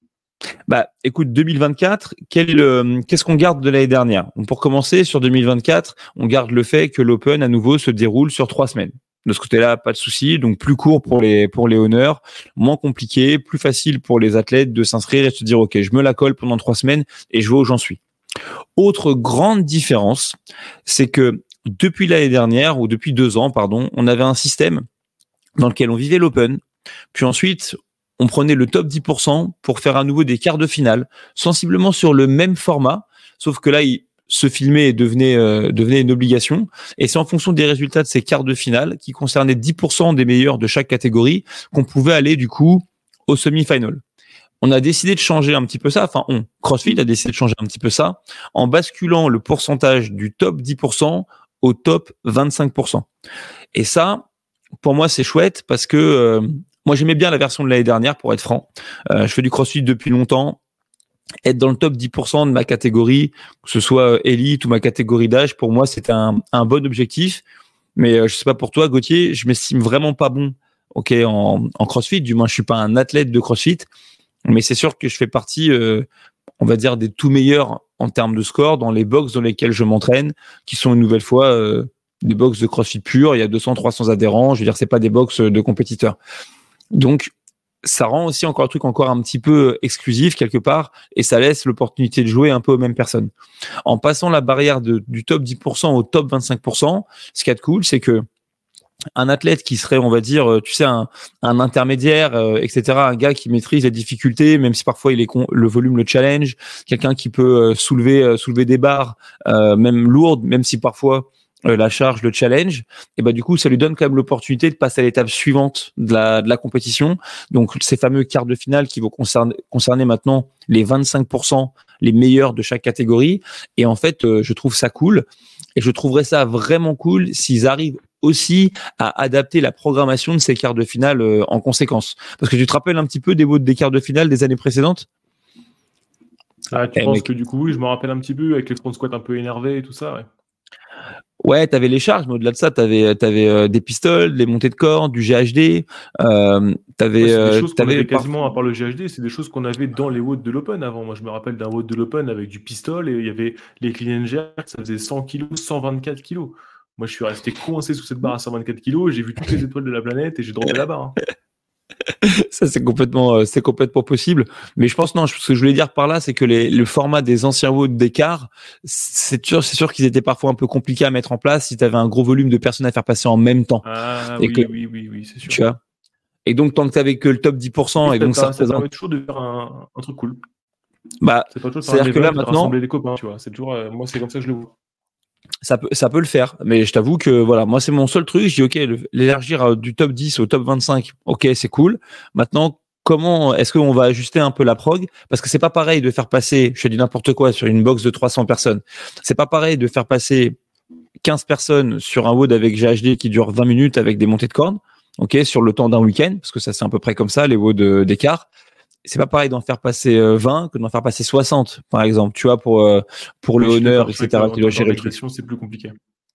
Bah, écoute, deux mille vingt-quatre, quel, euh, qu'est-ce qu'on garde de l'année dernière? Donc, pour commencer, sur deux mille vingt-quatre, on garde le fait que l'Open, à nouveau, se déroule sur trois semaines. De ce côté-là, pas de souci. Donc, plus court pour les, pour les honneurs, moins compliqué, plus facile pour les athlètes de s'inscrire et de se dire, OK, je me la colle pendant trois semaines et je vois où j'en suis. Autre grande différence, c'est que depuis l'année dernière, ou depuis deux ans, pardon, on avait un système dans lequel on vivait l'Open, puis ensuite, on prenait le top dix pour cent pour faire à nouveau des quarts de finale, sensiblement sur le même format, sauf que là, il, se filmer devenait, euh, devenait une obligation. Et c'est en fonction des résultats de ces quarts de finale, qui concernaient dix pour cent des meilleurs de chaque catégorie, qu'on pouvait aller du coup au semi-final. On a décidé de changer un petit peu ça, enfin on, CrossFit a décidé de changer un petit peu ça, en basculant le pourcentage du top dix pour cent au top vingt-cinq pour cent. Et ça, pour moi, c'est chouette parce que euh, moi, j'aimais bien la version de l'année dernière, pour être franc. Euh, je fais du CrossFit depuis longtemps. Être dans le top dix pour cent de ma catégorie, que ce soit élite ou ma catégorie d'âge, pour moi, c'est un, un bon objectif. Mais euh, je sais pas pour toi, Gauthier, je m'estime vraiment pas bon, ok, en, en CrossFit. Du moins, je suis pas un athlète de CrossFit. Mais c'est sûr que je fais partie, euh, on va dire, des tout meilleurs en termes de score dans les box dans lesquelles je m'entraîne, qui sont une nouvelle fois euh, des box de CrossFit pur. Il y a deux cents, trois cents adhérents. Je veux dire, c'est pas des box de compétiteurs. Donc, ça rend aussi encore le truc encore un petit peu exclusif quelque part et ça laisse l'opportunité de jouer un peu aux mêmes personnes. En passant la barrière de, du top dix pour cent au top vingt-cinq pour cent, ce qui est cool, c'est que un athlète qui serait, on va dire, tu sais, un, un intermédiaire, euh, et cetera, un gars qui maîtrise les difficultés, même si parfois il est con, le volume le challenge, quelqu'un qui peut euh, soulever, euh, soulever des barres, euh, même lourdes, même si parfois euh, la charge le challenge, et ben du coup, ça lui donne quand même l'opportunité de passer à l'étape suivante de la, de la compétition. Donc, ces fameux quarts de finale qui vont concerner, concerner maintenant les vingt-cinq pour cent les meilleurs de chaque catégorie. Et en fait, euh, je trouve ça cool. Et je trouverais ça vraiment cool s'ils arrivent aussi à adapter la programmation de ces quarts de finale euh, en conséquence. Parce que tu te rappelles un petit peu des votes des quarts de finale des années précédentes? Ah, tu Eh, penses mec. que du coup, oui, je me rappelle un petit peu avec les front squats un peu énervés et tout ça, ouais. Ouais, t'avais les charges, mais au-delà de ça, t'avais, t'avais euh, des pistoles, des montées de cordes, du G H D. Euh, t'avais, Ouais, c'est des euh, choses qu'on t'avais avait par- quasiment, à part le G H D, c'est des choses qu'on avait dans les WOD de l'Open avant. Moi, je me rappelle d'un WOD de l'Open avec du pistol et il y avait les clean and jerk, ça faisait cent kilos, cent vingt-quatre kilos. Moi, je suis resté coincé sous cette barre à cent vingt-quatre kilos, j'ai vu toutes les étoiles de la planète et j'ai droppé la barre, hein. Ça, c'est complètement, euh, c'est complètement possible. Mais je pense, non, ce que je voulais dire par là, c'est que les, le format des anciens votes d'écart, c'est sûr, c'est sûr qu'ils étaient parfois un peu compliqués à mettre en place si tu avais un gros volume de personnes à faire passer en même temps. Ah Et que, oui, oui, oui, oui, c'est sûr. tu vois. Et donc, tant que tu avais que le top dix pour cent, Oui, et ça, donc ça per- ça représente, permet toujours de faire un, un truc cool. bah, C'est pas toujours de faire un c'est-à-dire que là, event, de maintenant, rassembler les copains, tu vois. C'est toujours, euh, moi, c'est comme ça que je le vois. ça peut, ça peut le faire. Mais je t'avoue que, voilà, moi, c'est mon seul truc. Je dis, OK, le- l'élargir euh, du top dix au top vingt-cinq, OK, c'est cool. Maintenant, comment est-ce qu'on va ajuster un peu la prog? Parce que c'est pas pareil de faire passer, je te dis n'importe quoi, sur une box de trois cents personnes. C'est pas pareil de faire passer quinze personnes sur un WOD avec G H D qui dure vingt minutes avec des montées de cordes, OK, sur le temps d'un week-end, parce que ça, c'est à peu près comme ça, les WOD euh, d'écart. C'est pas pareil d'en faire passer euh, vingt que d'en faire passer soixante, par exemple, tu vois, pour, euh, pour Oui, le je suis honneur, d'accord. C'est vrai et cetera, qu'en qui doit termes gérer le truc. d'organisation, c'est plus compliqué.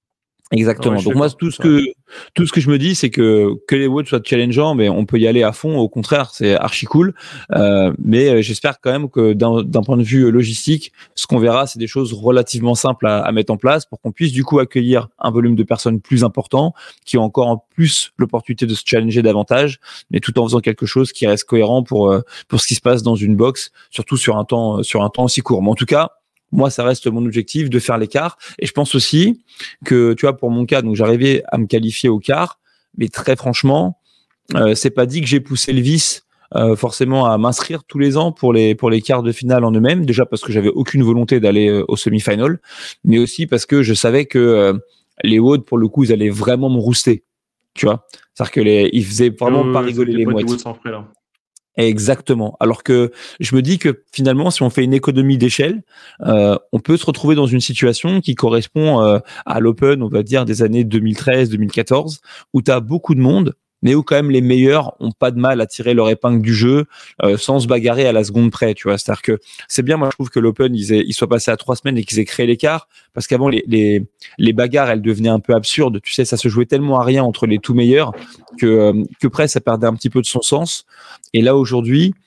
Ah ouais, Exactement. je suis Donc moi, d'accord. tout ce C'est vrai. que tout ce que je me dis, c'est que que les WOD soient challengeants, mais on peut y aller à fond. Au contraire, c'est archi cool. Euh, mais euh, j'espère quand même que d'un d'un point de vue logistique, ce qu'on verra, c'est des choses relativement simples à, à mettre en place pour qu'on puisse du coup accueillir un volume de personnes plus important, qui ont encore en plus l'opportunité de se challenger davantage, mais tout en faisant quelque chose qui reste cohérent pour euh, pour ce qui se passe dans une box, surtout sur un temps sur un temps aussi court. Mais en tout cas, moi, ça reste mon objectif de faire l'écart. Et je pense aussi que, tu vois, pour mon cas, donc j'arrivais à me qualifier au quart, mais très franchement, euh, c'est pas dit que j'ai poussé le vice euh, forcément à m'inscrire tous les ans pour les pour les quarts de finale en eux-mêmes. Déjà parce que j'avais aucune volonté d'aller euh, au semi-final, mais aussi parce que je savais que euh, les WOD, pour le coup, ils allaient vraiment me rouster. Tu vois, c'est-à-dire que les, ils faisaient vraiment pas Euh, rigoler c'était les pas des mouettes. WOD sans frais, là. Exactement. Alors que je me dis que finalement, si on fait une économie d'échelle, euh, on peut se retrouver dans une situation qui correspond euh, à l'Open, on va dire, des années deux mille treize, deux mille quatorze, où tu as beaucoup de monde, mais où quand même les meilleurs ont pas de mal à tirer leur épingle du jeu euh, sans se bagarrer à la seconde près. Tu vois, c'est-à-dire que c'est bien. Moi, je trouve que l'Open, ils, aient, ils soient passés à trois semaines et qu'ils aient créé l'écart, parce qu'avant les, les les bagarres, elles devenaient un peu absurdes. Tu sais, ça se jouait tellement à rien entre les tout meilleurs que euh, que presque ça perdait un petit peu de son sens. Et là aujourd'hui,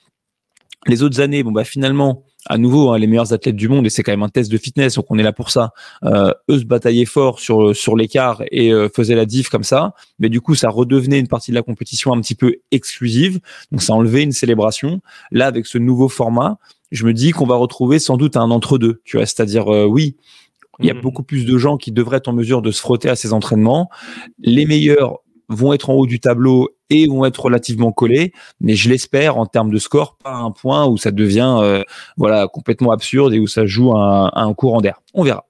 les autres années, bon bah finalement, à nouveau, hein, les meilleurs athlètes du monde, et c'est quand même un test de fitness, donc on est là pour ça. Euh, eux se bataillaient fort sur sur l'écart et euh, faisaient la diff comme ça, mais du coup, ça redevenait une partie de la compétition un petit peu exclusive, donc ça enlevait une célébration. Là, avec ce nouveau format, je me dis qu'on va retrouver sans doute un entre-deux, tu vois, c'est-à-dire euh, oui. Il y a Mhm. beaucoup plus de gens qui devraient être en mesure de se frotter à ces entraînements. Les meilleurs vont être en haut du tableau et vont être relativement collés, mais je l'espère en termes de score, pas à un point où ça devient euh, voilà complètement absurde et où ça joue à un, à un courant d'air. On verra.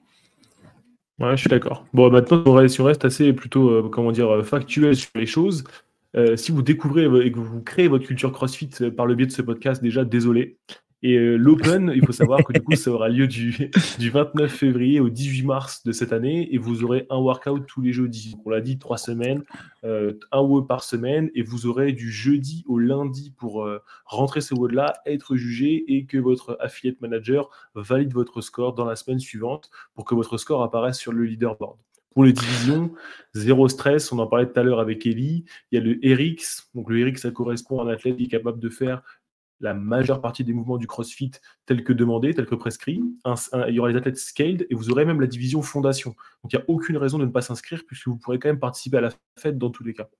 Ouais, je suis d'accord. Bon, maintenant, on reste, si on reste assez plutôt, euh, comment dire, euh, factuel sur les choses. Euh, si vous découvrez euh, et que vous créez votre culture CrossFit euh, par le biais de ce podcast, déjà, désolé. Et euh, l'Open, il faut savoir que du coup, ça aura lieu du, du vingt-neuf février au dix-huit mars de cette année et vous aurez un workout tous les jeudis. On l'a dit, trois semaines, euh, un W O D par semaine et vous aurez du jeudi au lundi pour euh, rentrer ce W O D-là, être jugé et que votre affiliate manager valide votre score dans la semaine suivante pour que votre score apparaisse sur le leaderboard. Pour les divisions, zéro stress, on en parlait tout à l'heure avec Ellie. Il y a le R X. Donc le R X, ça correspond à un athlète qui est capable de faire la majeure partie des mouvements du CrossFit tels que demandés, tels que prescrits. Un, un, il y aura les athlètes scaled et vous aurez même la division fondation. Donc il n'y a aucune raison de ne pas s'inscrire puisque vous pourrez quand même participer à la fête dans tous les cas.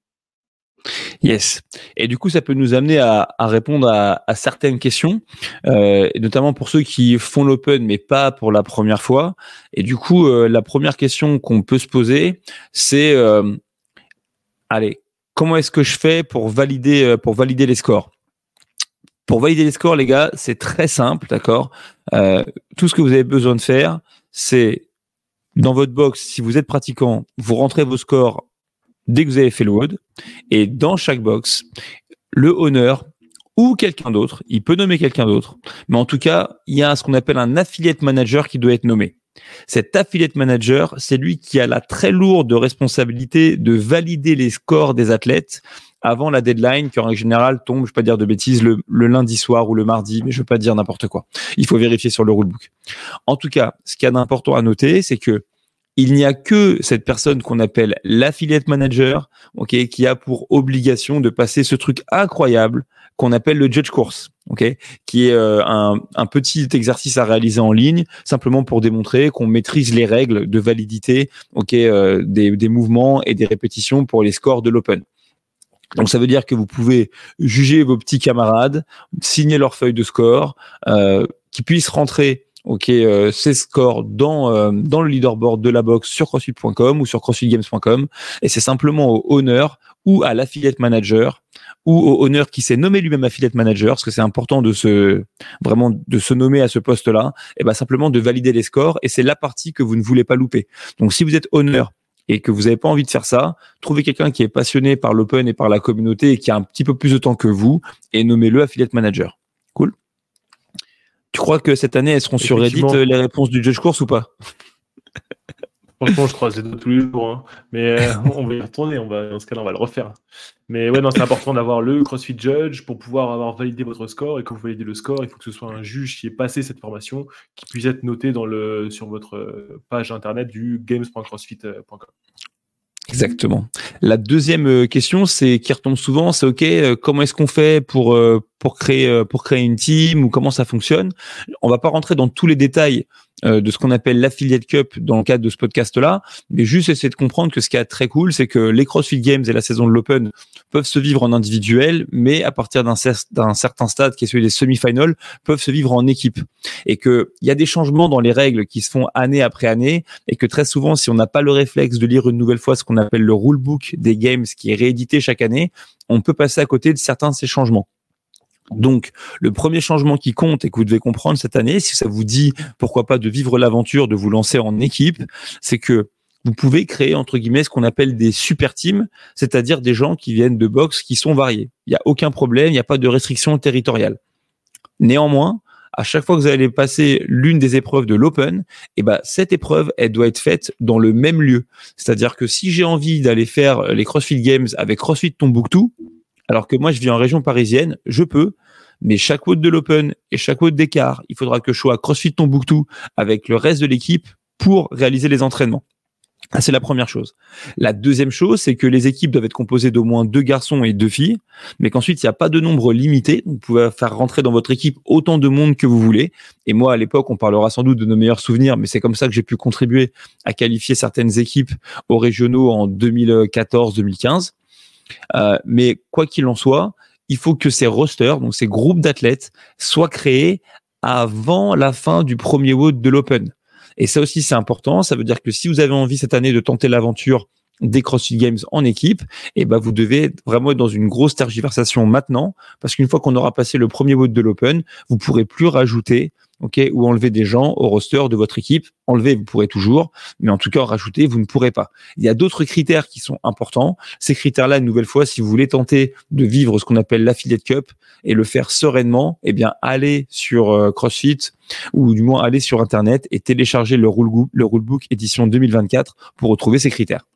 Yes. Et du coup, ça peut nous amener à, à répondre à, à certaines questions, euh, et notamment pour ceux qui font l'Open mais pas pour la première fois. Et du coup, euh, la première question qu'on peut se poser, c'est euh, allez, comment est-ce que je fais pour valider, pour valider les scores? Pour valider les scores, les gars, c'est très simple, d'accord? Euh, tout ce que vous avez besoin de faire, c'est dans votre box, si vous êtes pratiquant, vous rentrez vos scores dès que vous avez fait le W O D, et dans chaque box, le owner ou quelqu'un d'autre, il peut nommer quelqu'un d'autre, mais en tout cas, il y a ce qu'on appelle un affiliate manager qui doit être nommé. Cet affiliate manager, c'est lui qui a la très lourde responsabilité de valider les scores des athlètes avant la deadline, qui en règle générale tombe, je ne vais pas dire de bêtises, le, le lundi soir ou le mardi, mais je ne veux pas dire n'importe quoi. Il faut vérifier sur le rulebook. En tout cas, ce qu'il y a d'important à noter, c'est que il n'y a que cette personne qu'on appelle l'affiliate manager, ok, qui a pour obligation de passer ce truc incroyable qu'on appelle le judge course, ok, qui est euh, un, un petit exercice à réaliser en ligne, simplement pour démontrer qu'on maîtrise les règles de validité, ok, euh, des, des mouvements et des répétitions pour les scores de l'Open. Donc ça veut dire que vous pouvez juger vos petits camarades, signer leur feuille de score, euh, qu'ils puissent rentrer ok euh, ces scores dans euh, dans le leaderboard de la boxe sur crossfit point com ou sur crossfit games point com, et c'est simplement au owner ou à l'affiliate manager ou au owner qui s'est nommé lui-même affiliate manager, parce que c'est important de se vraiment de se nommer à ce poste-là, et ben simplement de valider les scores, et c'est la partie que vous ne voulez pas louper. Donc si vous êtes owner et que vous n'avez pas envie de faire ça, trouvez quelqu'un qui est passionné par l'open et par la communauté et qui a un petit peu plus de temps que vous, et nommez-le affiliate manager. Cool. Tu crois que cette année, elles seront sur Reddit les réponses du Judge Course ou pas? Franchement, je croise les doigts tous les jours. Hein. Mais euh, on va y retourner. On va, dans ce cas-là, on va le refaire. Mais ouais, non, c'est important d'avoir le CrossFit Judge pour pouvoir avoir validé votre score. Et quand vous validez le score, il faut que ce soit un juge qui ait passé cette formation, qui puisse être noté dans le, sur votre page internet du games point crossfit point com. Exactement. La deuxième question, c'est qui retombe souvent, c'est ok, comment est-ce qu'on fait pour pour créer pour créer une team, ou comment ça fonctionne? On va pas rentrer dans tous les détails euh, de ce qu'on appelle l'affiliate cup dans le cadre de ce podcast-là, mais juste essayer de comprendre que ce qui est très cool, c'est que les CrossFit Games et la saison de l'Open peuvent se vivre en individuel, mais à partir d'un, cer- d'un certain stade, qui est celui des semi-finals, peuvent se vivre en équipe. Et que il y a des changements dans les règles qui se font année après année, et que très souvent, si on n'a pas le réflexe de lire une nouvelle fois ce qu'on appelle le rulebook des Games, qui est réédité chaque année, on peut passer à côté de certains de ces changements. Donc, le premier changement qui compte et que vous devez comprendre cette année, si ça vous dit, pourquoi pas, de vivre l'aventure, de vous lancer en équipe, c'est que vous pouvez créer, entre guillemets, ce qu'on appelle des super teams, c'est-à-dire des gens qui viennent de boxe qui sont variés. Il n'y a aucun problème, il n'y a pas de restriction territoriale. Néanmoins, à chaque fois que vous allez passer l'une des épreuves de l'Open, eh ben, cette épreuve, elle doit être faite dans le même lieu. C'est-à-dire que si j'ai envie d'aller faire les CrossFit Games avec CrossFit Tombouctou, alors que moi, je vis en région parisienne, je peux, mais chaque W O D de l'Open et chaque W O D d'écart, il faudra que je sois à CrossFit Tombouctou avec le reste de l'équipe pour réaliser les entraînements. Ah, c'est la première chose. La deuxième chose, c'est que les équipes doivent être composées d'au moins deux garçons et deux filles, mais qu'ensuite, il n'y a pas de nombre limité. Vous pouvez faire rentrer dans votre équipe autant de monde que vous voulez. Et moi, à l'époque, on parlera sans doute de nos meilleurs souvenirs, mais c'est comme ça que j'ai pu contribuer à qualifier certaines équipes aux régionaux en deux mille quatorze deux mille quinze. Euh, mais quoi qu'il en soit, il faut que ces rosters, donc ces groupes d'athlètes, soient créés avant la fin du premier W O D de l'Open. Et ça aussi, c'est important. Ça veut dire que si vous avez envie cette année de tenter l'aventure des CrossFit Games en équipe, et ben vous devez vraiment être dans une grosse tergiversation maintenant, parce qu'une fois qu'on aura passé le premier W O D de l'Open, vous pourrez plus rajouter, ok, ou enlever des gens au roster de votre équipe. Enlever, vous pourrez toujours, mais en tout cas, rajouter, vous ne pourrez pas. Il y a d'autres critères qui sont importants. Ces critères-là, une nouvelle fois, si vous voulez tenter de vivre ce qu'on appelle l'affiliate cup et le faire sereinement, eh bien, allez sur euh, CrossFit, ou du moins allez sur Internet et téléchargez le rulebook, le rulebook édition deux mille vingt-quatre pour retrouver ces critères.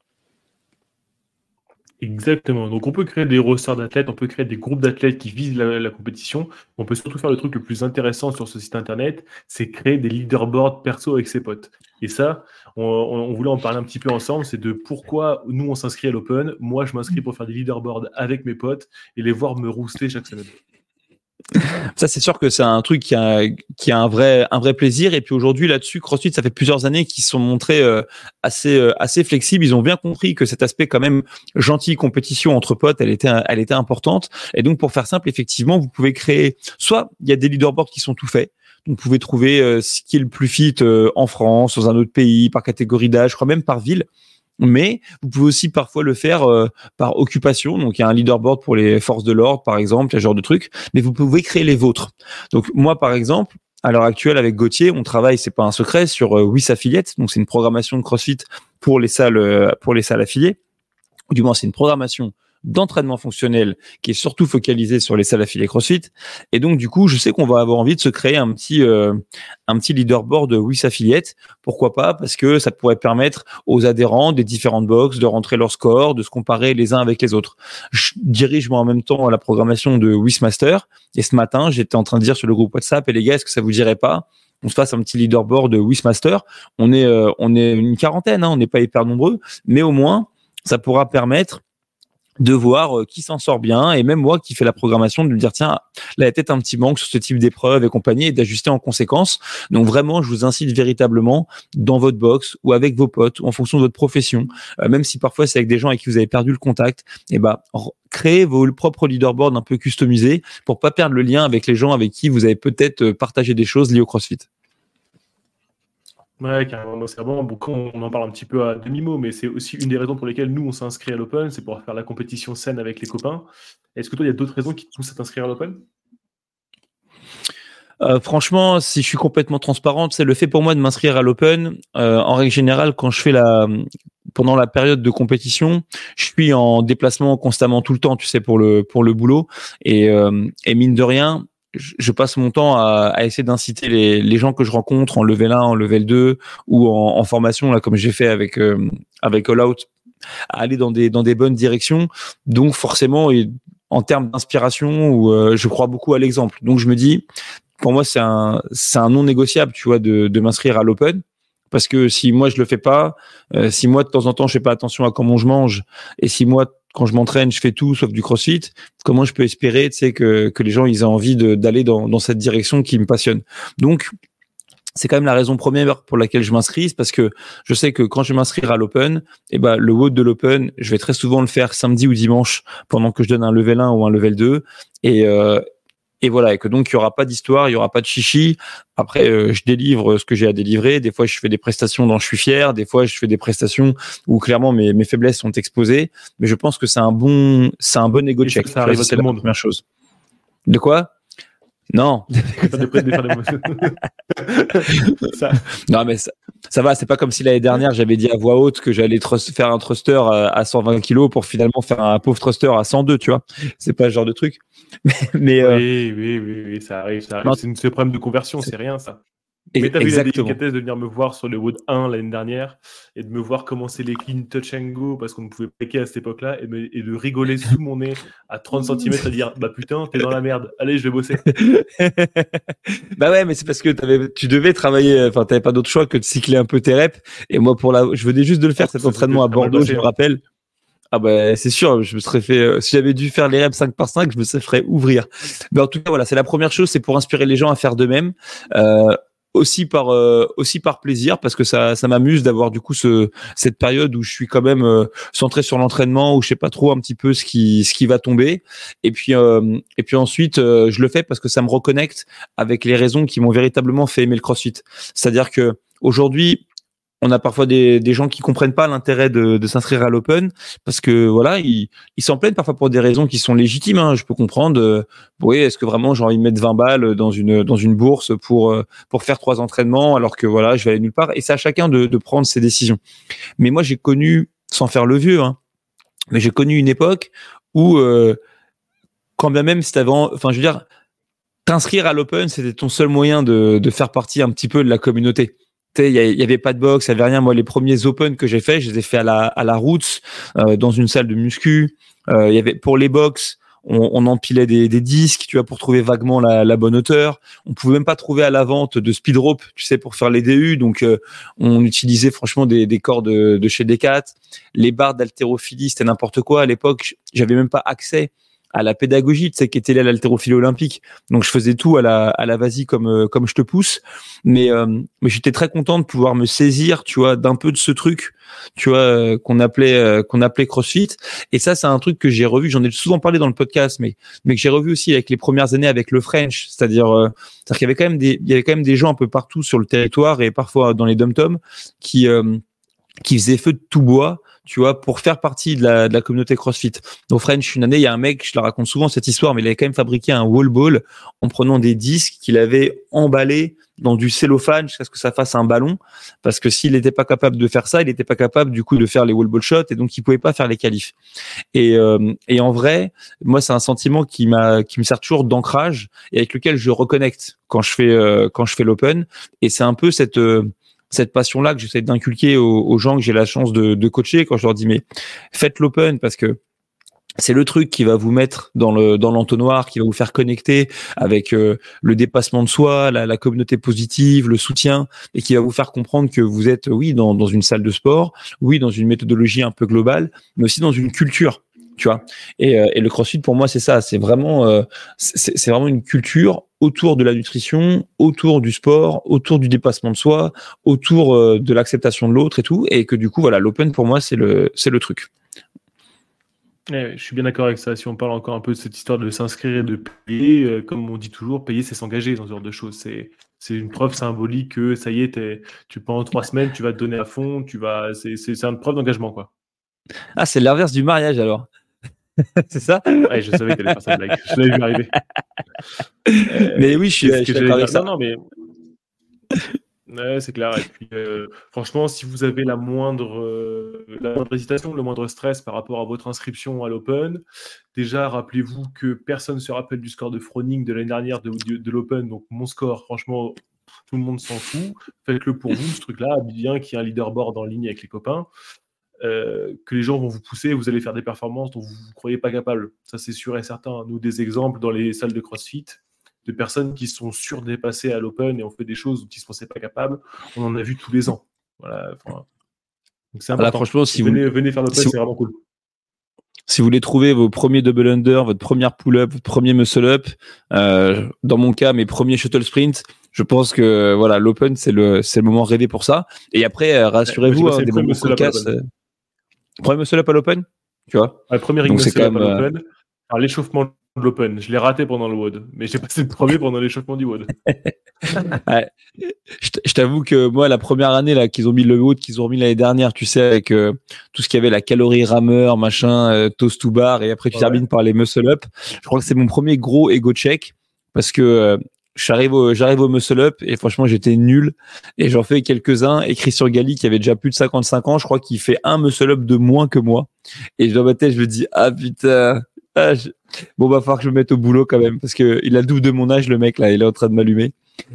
Exactement. Donc, on peut créer des rosters d'athlètes, on peut créer des groupes d'athlètes qui visent la, la compétition. On peut surtout faire le truc le plus intéressant sur ce site internet, c'est créer des leaderboards perso avec ses potes. Et ça, on, on voulait en parler un petit peu ensemble, c'est de pourquoi nous, on s'inscrit à l'Open. Moi, je m'inscris pour faire des leaderboards avec mes potes et les voir me rouster chaque semaine. Ça, c'est sûr que c'est un truc qui a, qui a un vrai, un vrai plaisir. Et puis aujourd'hui, là-dessus, CrossFit, ça fait plusieurs années qu'ils se sont montrés euh, assez, euh, assez flexibles. Ils ont bien compris que cet aspect quand même gentil compétition entre potes, elle était, elle était importante. Et donc, pour faire simple, effectivement, vous pouvez créer, soit il y a des leaderboards qui sont tout faits. Donc, vous pouvez trouver euh, ce qui est le plus fit euh, en France, dans un autre pays, par catégorie d'âge, je crois même par ville. Mais vous pouvez aussi parfois le faire euh, par occupation. Donc, il y a un leaderboard pour les forces de l'ordre, par exemple, ce genre de truc. Mais vous pouvez créer les vôtres. Donc, moi, par exemple, à l'heure actuelle, avec Gauthier, on travaille, c'est pas un secret, sur euh, W I S Affiliate. Donc, c'est une programmation de CrossFit pour les salles, euh, pour les salles affiliées. Ou du moins, c'est une programmation d'entraînement fonctionnel qui est surtout focalisé sur les salles affiliées CrossFit. Et donc, du coup, je sais qu'on va avoir envie de se créer un petit, euh, un petit leaderboard W I S Affiliate. Pourquoi pas? Parce que ça pourrait permettre aux adhérents des différentes box de rentrer leur score, de se comparer les uns avec les autres. Je dirige moi en même temps la programmation de W I S Master. Et ce matin, j'étais en train de dire sur le groupe WhatsApp, et les gars, est-ce que ça vous dirait pas? On se fasse un petit leaderboard de W I S Master. On est, euh, on est une quarantaine, hein, on n'est pas hyper nombreux, mais au moins, ça pourra permettre de voir qui s'en sort bien, et même moi qui fais la programmation, de me dire tiens, là il y a peut-être un petit manque sur ce type d'épreuve et compagnie, et d'ajuster en conséquence. Donc vraiment, je vous incite véritablement dans votre box ou avec vos potes ou en fonction de votre profession, euh, même si parfois c'est avec des gens avec qui vous avez perdu le contact, et ben créez vos propres leaderboards un peu customisés pour pas perdre le lien avec les gens avec qui vous avez peut-être partagé des choses liées au CrossFit. Ouais, carrément, c'est vraiment bon, on en parle un petit peu à demi-mot, mais c'est aussi une des raisons pour lesquelles nous, on s'est inscrit à l'Open, c'est pour faire la compétition saine avec les copains. Est-ce que toi, il y a d'autres raisons qui te poussent à t'inscrire à l'Open? Euh, franchement, si je suis complètement transparente, c'est le fait pour moi de m'inscrire à l'Open. Euh, en règle générale, quand je fais la, pendant la période de compétition, je suis en déplacement constamment tout le temps, tu sais, pour le pour le boulot, et, euh, et mine de rien, je passe mon temps à, à essayer d'inciter les, les gens que je rencontre en level un, en level deux ou en, en formation, là, comme j'ai fait avec, euh, avec All Out, à aller dans des, dans des bonnes directions. Donc, forcément, et en termes d'inspiration, où, euh, je crois beaucoup à l'exemple. Donc, je me dis, pour moi, c'est un, c'est un non négociable, tu vois, de, de m'inscrire à l'Open. Parce que si moi, je le fais pas, euh, si moi, de temps en temps, je fais pas attention à comment je mange, et si moi, quand je m'entraîne, je fais tout sauf du CrossFit, comment je peux espérer, tu sais, que, que les gens, ils aient envie de, d'aller dans, dans cette direction qui me passionne. Donc, c'est quand même la raison première pour laquelle je m'inscris, parce que je sais que quand je vais m'inscrire à l'Open, eh ben, le W O D de l'Open, je vais très souvent le faire samedi ou dimanche pendant que je donne un level un ou un level deux. Et, euh, Et voilà, et que donc il y aura pas d'histoire, il y aura pas de chichi. Après, euh, je délivre ce que j'ai à délivrer. Des fois, je fais des prestations dont je suis fier. Des fois, je fais des prestations où clairement mes, mes faiblesses sont exposées. Mais je pense que c'est un bon, c'est un bon ego check. Ça arrive à tout le monde. Première chose. De quoi? Non. ça... Non, mais ça, ça va. C'est pas comme si l'année dernière j'avais dit à voix haute que j'allais trust, faire un thruster à cent vingt kilos pour finalement faire un pauvre thruster à cent deux. Tu vois, c'est pas ce genre de truc. Mais, mais oui, euh... oui, oui, oui, ça arrive. Ça arrive. C'est une c'est problème de conversion, c'est, c'est rien ça. Et mais t'as vu la délicatesse de venir me voir sur le W O D un l'année dernière et de me voir commencer les clean touch and go parce qu'on ne pouvait péquer à cette époque-là et, me, et de rigoler sous mon nez à trente centimètres et dire bah putain t'es dans la merde, allez je vais bosser. Bah ouais, mais c'est parce que t'avais, tu devais travailler, enfin t'avais pas d'autre choix que de cycler un peu tes reps, et moi pour la, je venais juste de le faire oh, cet entraînement à Bordeaux, je me rappelle. Ah bah c'est sûr, je me serais fait, euh, si j'avais dû faire les reps cinq par cinq, je me serais fait ouvrir. Mais en tout cas voilà, c'est la première chose, c'est pour inspirer les gens à faire de même. Euh, aussi par euh, aussi par plaisir, parce que ça ça m'amuse d'avoir du coup ce cette période où je suis quand même euh, centré sur l'entraînement, où je sais pas trop un petit peu ce qui ce qui va tomber, et puis euh, et puis ensuite euh, je le fais parce que ça me reconnecte avec les raisons qui m'ont véritablement fait aimer le CrossFit. C'est-à-dire que aujourd'hui, on a parfois des, des gens qui comprennent pas l'intérêt de, de s'inscrire à l'Open, parce que voilà, ils ils s'en plaignent parfois pour des raisons qui sont légitimes, hein, je peux comprendre. Euh, oui, est-ce que vraiment j'ai envie de mettre vingt balles dans une dans une bourse pour euh, pour faire trois entraînements alors que voilà, je vais aller nulle part. Et c'est à chacun de de prendre ses décisions. Mais moi, j'ai connu, sans faire le vieux, hein, mais j'ai connu une époque où euh, quand bien même si t'avais, enfin je veux dire, t'inscrire à l'Open, c'était ton seul moyen de de faire partie un petit peu de la communauté. Il y, y avait pas de boxe, il y avait rien. Moi, les premiers Open que j'ai fait, je les ai fait à la à la Roots, euh, dans une salle de muscu. Euh, il y avait pour les box, on, on empilait des, des disques, tu vois, pour trouver vaguement la, la bonne hauteur. On pouvait même pas trouver à la vente de speed rope, tu sais, pour faire les D U. Donc, euh, on utilisait franchement des, des cordes de, de chez Decat. Les barres d'haltérophilie, c'était n'importe quoi à l'époque. J'avais même pas accès à la pédagogie, tu sais, qui était là à l'haltérophilie olympique. Donc je faisais tout à la à la vas-y comme euh, comme je te pousse. Mais euh, mais j'étais très content de pouvoir me saisir, tu vois, d'un peu de ce truc, tu vois, euh, qu'on appelait euh, qu'on appelait CrossFit. Et ça, c'est un truc que j'ai revu. J'en ai souvent parlé dans le podcast, mais mais que j'ai revu aussi avec les premières années avec le French. C'est-à-dire, euh, c'est-à-dire qu'il y avait quand même des il y avait quand même des gens un peu partout sur le territoire et parfois dans les dom-toms qui euh, qui faisait feu de tout bois, tu vois, pour faire partie de la, de la communauté CrossFit. Au French, une année, il y a un mec, je la raconte souvent cette histoire, mais il avait quand même fabriqué un wall ball en prenant des disques qu'il avait emballés dans du cellophane jusqu'à ce que ça fasse un ballon, parce que s'il n'était pas capable de faire ça, il n'était pas capable du coup de faire les wall ball shots et donc il pouvait pas faire les qualifs. Et, euh, et en vrai, moi c'est un sentiment qui m'a, qui me sert toujours d'ancrage et avec lequel je reconnecte quand je fais euh, quand je fais l'open. Et c'est un peu cette euh, cette passion-là que j'essaie d'inculquer aux, aux gens que j'ai la chance de, de coacher quand je leur dis mais faites l'open parce que c'est le truc qui va vous mettre dans le dans l'entonnoir, qui va vous faire connecter avec euh, le dépassement de soi, la, la communauté positive, le soutien, et qui va vous faire comprendre que vous êtes, oui, dans dans une salle de sport, oui, dans une méthodologie un peu globale, mais aussi dans une culture, tu vois. Et, euh, et le CrossFit pour moi c'est ça, c'est vraiment euh, c'est, c'est vraiment une culture autour de la nutrition, autour du sport, autour du dépassement de soi, autour euh, de l'acceptation de l'autre et tout, et que du coup voilà, l'open pour moi c'est le c'est le truc. Ouais, je suis bien d'accord avec ça. Si on parle encore un peu de cette histoire de s'inscrire et de payer, euh, comme on dit toujours, payer, c'est s'engager dans ce genre de choses. C'est, c'est une preuve symbolique que ça y est, t'es, tu pendant trois semaines, tu vas te donner à fond, tu vas, c'est, c'est, c'est une preuve d'engagement, quoi. Ah, c'est l'inverse du mariage alors. C'est ça? Ouais, je savais que t'allais faire cette blague. Je l'avais vu arriver. Mais Euh, oui, je suis, qu'est-ce je que suis j'allais d'accord dire? avec ça. Non, non, mais ouais, c'est clair. Et puis, euh, franchement, si vous avez la moindre, euh, la moindre hésitation, le moindre stress par rapport à votre inscription à l'Open, déjà, rappelez-vous que personne ne se rappelle du score de Froning de l'année dernière de, de, de l'Open. Donc, mon score, franchement, tout le monde s'en fout. Faites-le pour vous, ce truc-là. Bien qu'il y ait un leaderboard en ligne avec les copains, euh, que les gens vont vous pousser, vous allez faire des performances dont vous ne croyez pas capable. Ça, c'est sûr et certain. Nous, des exemples dans les salles de CrossFit, de personnes qui sont surdépassées à l'open et ont fait des choses dont ils ne se pensaient pas capables, on en a vu tous les ans. Voilà, enfin, donc c'est Là, important. franchement, si venez, vous, venez faire l'open, si vous, c'est vraiment cool. si vous voulez trouver vos premiers double under, votre première pull-up, votre premier muscle-up, euh, dans mon cas, mes premiers shuttle sprint, je pense que voilà, l'open, c'est le, c'est le moment rêvé pour ça. Et après, euh, rassurez-vous, ouais, hein, des moments cocasses. Euh, premier muscle-up à l'open, tu vois. Ouais, premier ring Donc c'est muscle-up quand à même. Euh... l'open. Alors, l'échauffement de l'open, je l'ai raté pendant le W O D, mais j'ai passé le premier pendant l'échauffement du W O D. Ouais. Je t'avoue que moi, la première année là qu'ils ont mis le W O D, qu'ils ont remis l'année dernière, tu sais, avec euh, tout ce qu'il y avait, la calorie rameur, machin, euh, toast to bar, et après tu ouais. termines par les muscle up. Je crois que c'est mon premier gros ego check parce que euh, j'arrive au, j'arrive au muscle up et franchement j'étais nul et j'en fais quelques-uns. Et Christian Galli qui avait déjà plus de cinquante-cinq ans, je crois qu'il fait un muscle up de moins que moi. Et dans ma tête je me dis ah putain. Ah, je... Bon, va falloir que je me mette au boulot quand même parce que il a le double de mon âge, le mec là, il est en train de m'allumer.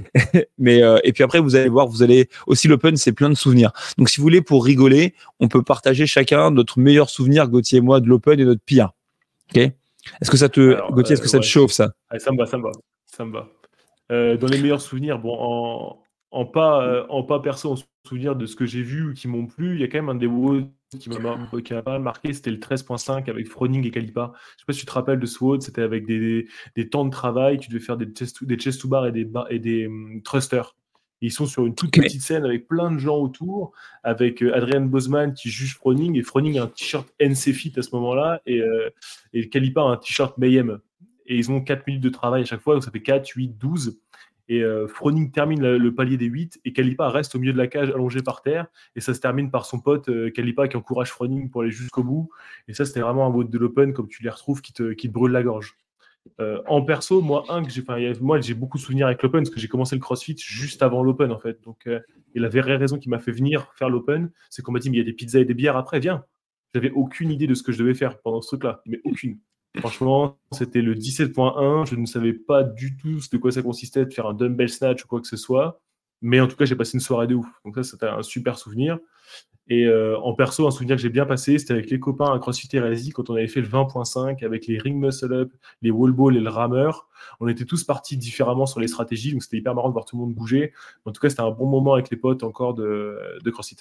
Mais euh, et puis après vous allez voir, vous allez aussi l'open, c'est plein de souvenirs. Donc si vous voulez pour rigoler, on peut partager chacun notre meilleur souvenir, Gauthier et moi, de l'open et notre pire. Ok? Est-ce que ça te, Alors, Gauthier, euh, est-ce que ça ouais, te chauffe ça? Ouais, ça me va, ça me va, ça me va. Euh, dans les meilleurs souvenirs, bon, en, en pas, euh, en pas perso, en souvenir de ce que j'ai vu ou qui m'ont plu, il y a quand même un des W O D qui m'a, mar- qui m'a pas mal marqué, c'était le treize point cinq avec Froning et Kalipa. Je sais pas si tu te rappelles de ce W O D, c'était avec des, des, des temps de travail, tu devais faire des chest, des chest to bar et des, bar, et des um, thrusters. Ils sont sur une toute okay. petite scène avec plein de gens autour, avec euh, Adrian Bosman qui juge Froning, et Froning a un t-shirt N C Fit à ce moment-là, et, euh, et Kalipa a un t-shirt Mayhem. Et ils ont quatre minutes de travail à chaque fois, donc ça fait quatre, huit, douze. Et euh, Froning termine le, le palier des huit, et Kalipa reste au milieu de la cage allongé par terre, et ça se termine par son pote euh, Kalipa qui encourage Froning pour aller jusqu'au bout. Et ça, c'était vraiment un mode de l'open, comme tu les retrouves, qui te, qui te brûle la gorge. Euh, en perso, moi, un que j'ai, enfin, moi, j'ai beaucoup de souvenirs avec l'open, parce que j'ai commencé le CrossFit juste avant l'open, en fait. Donc, euh, et la vraie raison qui m'a fait venir faire l'open, c'est qu'on m'a dit, mais il y a des pizzas et des bières après, viens. J'avais aucune idée de ce que je devais faire pendant ce truc-là, mais aucune. Franchement, c'était le dix-sept point un. Je ne savais pas du tout de quoi ça consistait de faire un dumbbell snatch ou quoi que ce soit. Mais en tout cas, j'ai passé une soirée de ouf. Donc ça, c'était un super souvenir. Et euh, en perso, un souvenir que j'ai bien passé, c'était avec les copains à CrossFit Hérésie quand on avait fait le vingt point cinq avec les ring muscle up, les wall ball et le rameur. On était tous partis différemment sur les stratégies. Donc c'était hyper marrant de voir tout le monde bouger. En tout cas, c'était un bon moment avec les potes encore de, de CrossFit.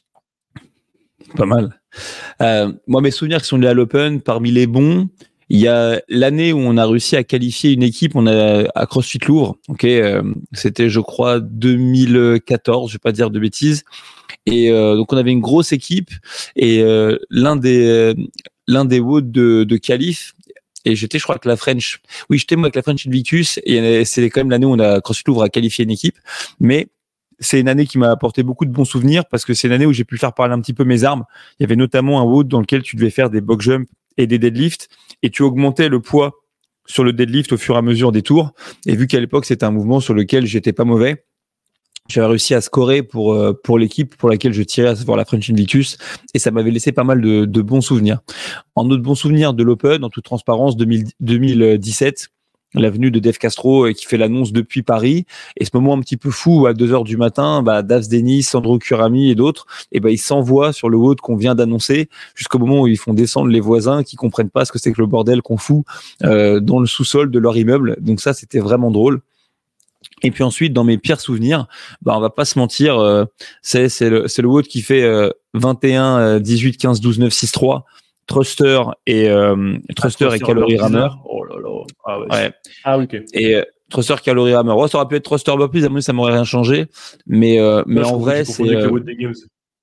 Pas mal. Euh, moi, mes souvenirs qui sont liés à l'open, parmi les bons, il y a l'année où on a réussi à qualifier une équipe, on a à CrossFit Louvre. Ok, euh, c'était je crois deux mille quatorze, je vais pas dire de bêtises. Et euh, donc on avait une grosse équipe et euh, l'un des euh, l'un des W O D de, de qualif. Et j'étais, je crois, avec la French. Oui, j'étais moi avec la French Invictus. Et c'est quand même l'année où on a CrossFit Louvre a qualifié une équipe. Mais c'est une année qui m'a apporté beaucoup de bons souvenirs parce que c'est une année où j'ai pu faire parler un petit peu mes armes. Il y avait notamment un WOD dans lequel tu devais faire des box jumps et des deadlifts et tu augmentais le poids sur le deadlift au fur et à mesure des tours. Et vu qu'à l'époque, c'était un mouvement sur lequel j'étais pas mauvais, j'avais réussi à scorer pour euh, pour l'équipe pour laquelle je tirais, à savoir la French Invictus, et ça m'avait laissé pas mal de, de bons souvenirs. En autre bon souvenir de l'Open, en toute transparence, deux mille, deux mille dix-sept, la venue de Dave Castro euh, qui fait l'annonce depuis Paris, et ce moment un petit peu fou où à deux heures du matin, bah, Dave Denis, Sandro Kurami et d'autres, et ben bah, ils s'envoient sur le WOD qu'on vient d'annoncer jusqu'au moment où ils font descendre les voisins qui comprennent pas ce que c'est que le bordel qu'on fout euh, dans le sous-sol de leur immeuble. Donc ça, c'était vraiment drôle. Et puis ensuite, dans mes pires souvenirs, bah on va pas se mentir, euh, c'est c'est le c'est le WOD qui fait euh, vingt et un, dix-huit, quinze, douze, neuf, six, trois, thruster et euh, thruster ah, et calorie rammer. Oh là là. Ah ouais. ouais. Ah ok. Et euh, thruster calorie rammer. Ouais, ça aurait pu être thruster burpees, à mon avis, ça m'aurait rien changé. Mais euh, mais Là, en vrai, c'est euh... le WOD des Games.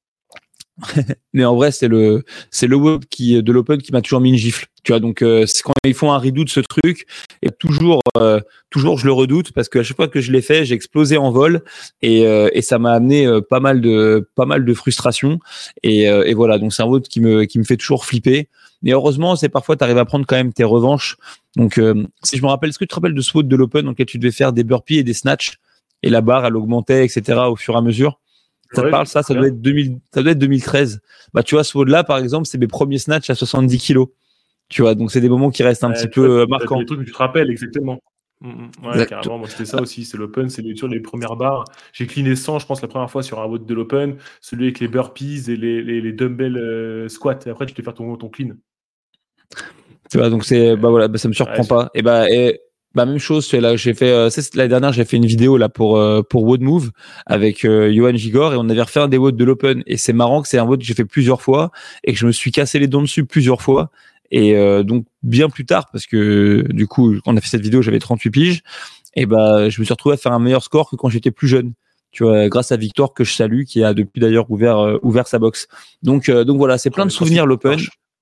mais en vrai, c'est le c'est le WOD qui de l'Open qui m'a toujours mis une gifle. Tu vois, donc euh, c'est quand ils font un redo de ce truc, et toujours euh, toujours je le redoute parce que à chaque fois que je l'ai fait, j'ai explosé en vol et euh, et ça m'a amené euh, pas mal de pas mal de frustration et euh, et voilà, donc c'est un WOD qui me qui me fait toujours flipper. Mais heureusement, c'est parfois tu arrives à prendre quand même tes revanches. Donc euh, si je me rappelle, est-ce que tu te rappelles de ce WOD de l'Open dans lequel tu devais faire des burpees et des snatchs et la barre elle augmentait, et cetera au fur et à mesure? Ça te ouais, parle, ça, ça doit être deux mille, ça doit être deux mille treize. Bah, tu vois, ce WOD-là, par exemple, c'est mes premiers snatchs à soixante-dix kilos. Tu vois, donc c'est des moments qui restent un ouais, petit peu vois, marquants. Des trucs que tu te rappelles, exactement. Mmh, ouais, exact. Carrément, moi, c'était ça aussi. C'est l'Open, c'est les, les premières barres. J'ai cleané cent, je pense, la première fois sur un WOD de l'Open, celui avec les burpees et les, les, les dumbbell euh, squats. Et après, tu peux faire ton, ton clean. Tu vois, donc c'est, bah voilà, bah, ça me surprend ouais, pas. Et bah, et, bah, même chose, c'est là, j'ai fait, euh, c'est l'année dernière, j'ai fait une vidéo, là, pour, euh, pour WOD Move avec, euh, Johan Gigor, et on avait refait un des WOD de l'Open. Et c'est marrant que c'est un WOD que j'ai fait plusieurs fois et que je me suis cassé les dents dessus plusieurs fois. Et, euh, donc, bien plus tard, parce que, du coup, quand on a fait cette vidéo, j'avais trente-huit piges. Et bah, je me suis retrouvé à faire un meilleur score que quand j'étais plus jeune. Tu vois, grâce à Victor, que je salue, qui a depuis d'ailleurs ouvert, euh, ouvert sa box. Donc, euh, donc voilà, c'est plein de souvenirs l'Open.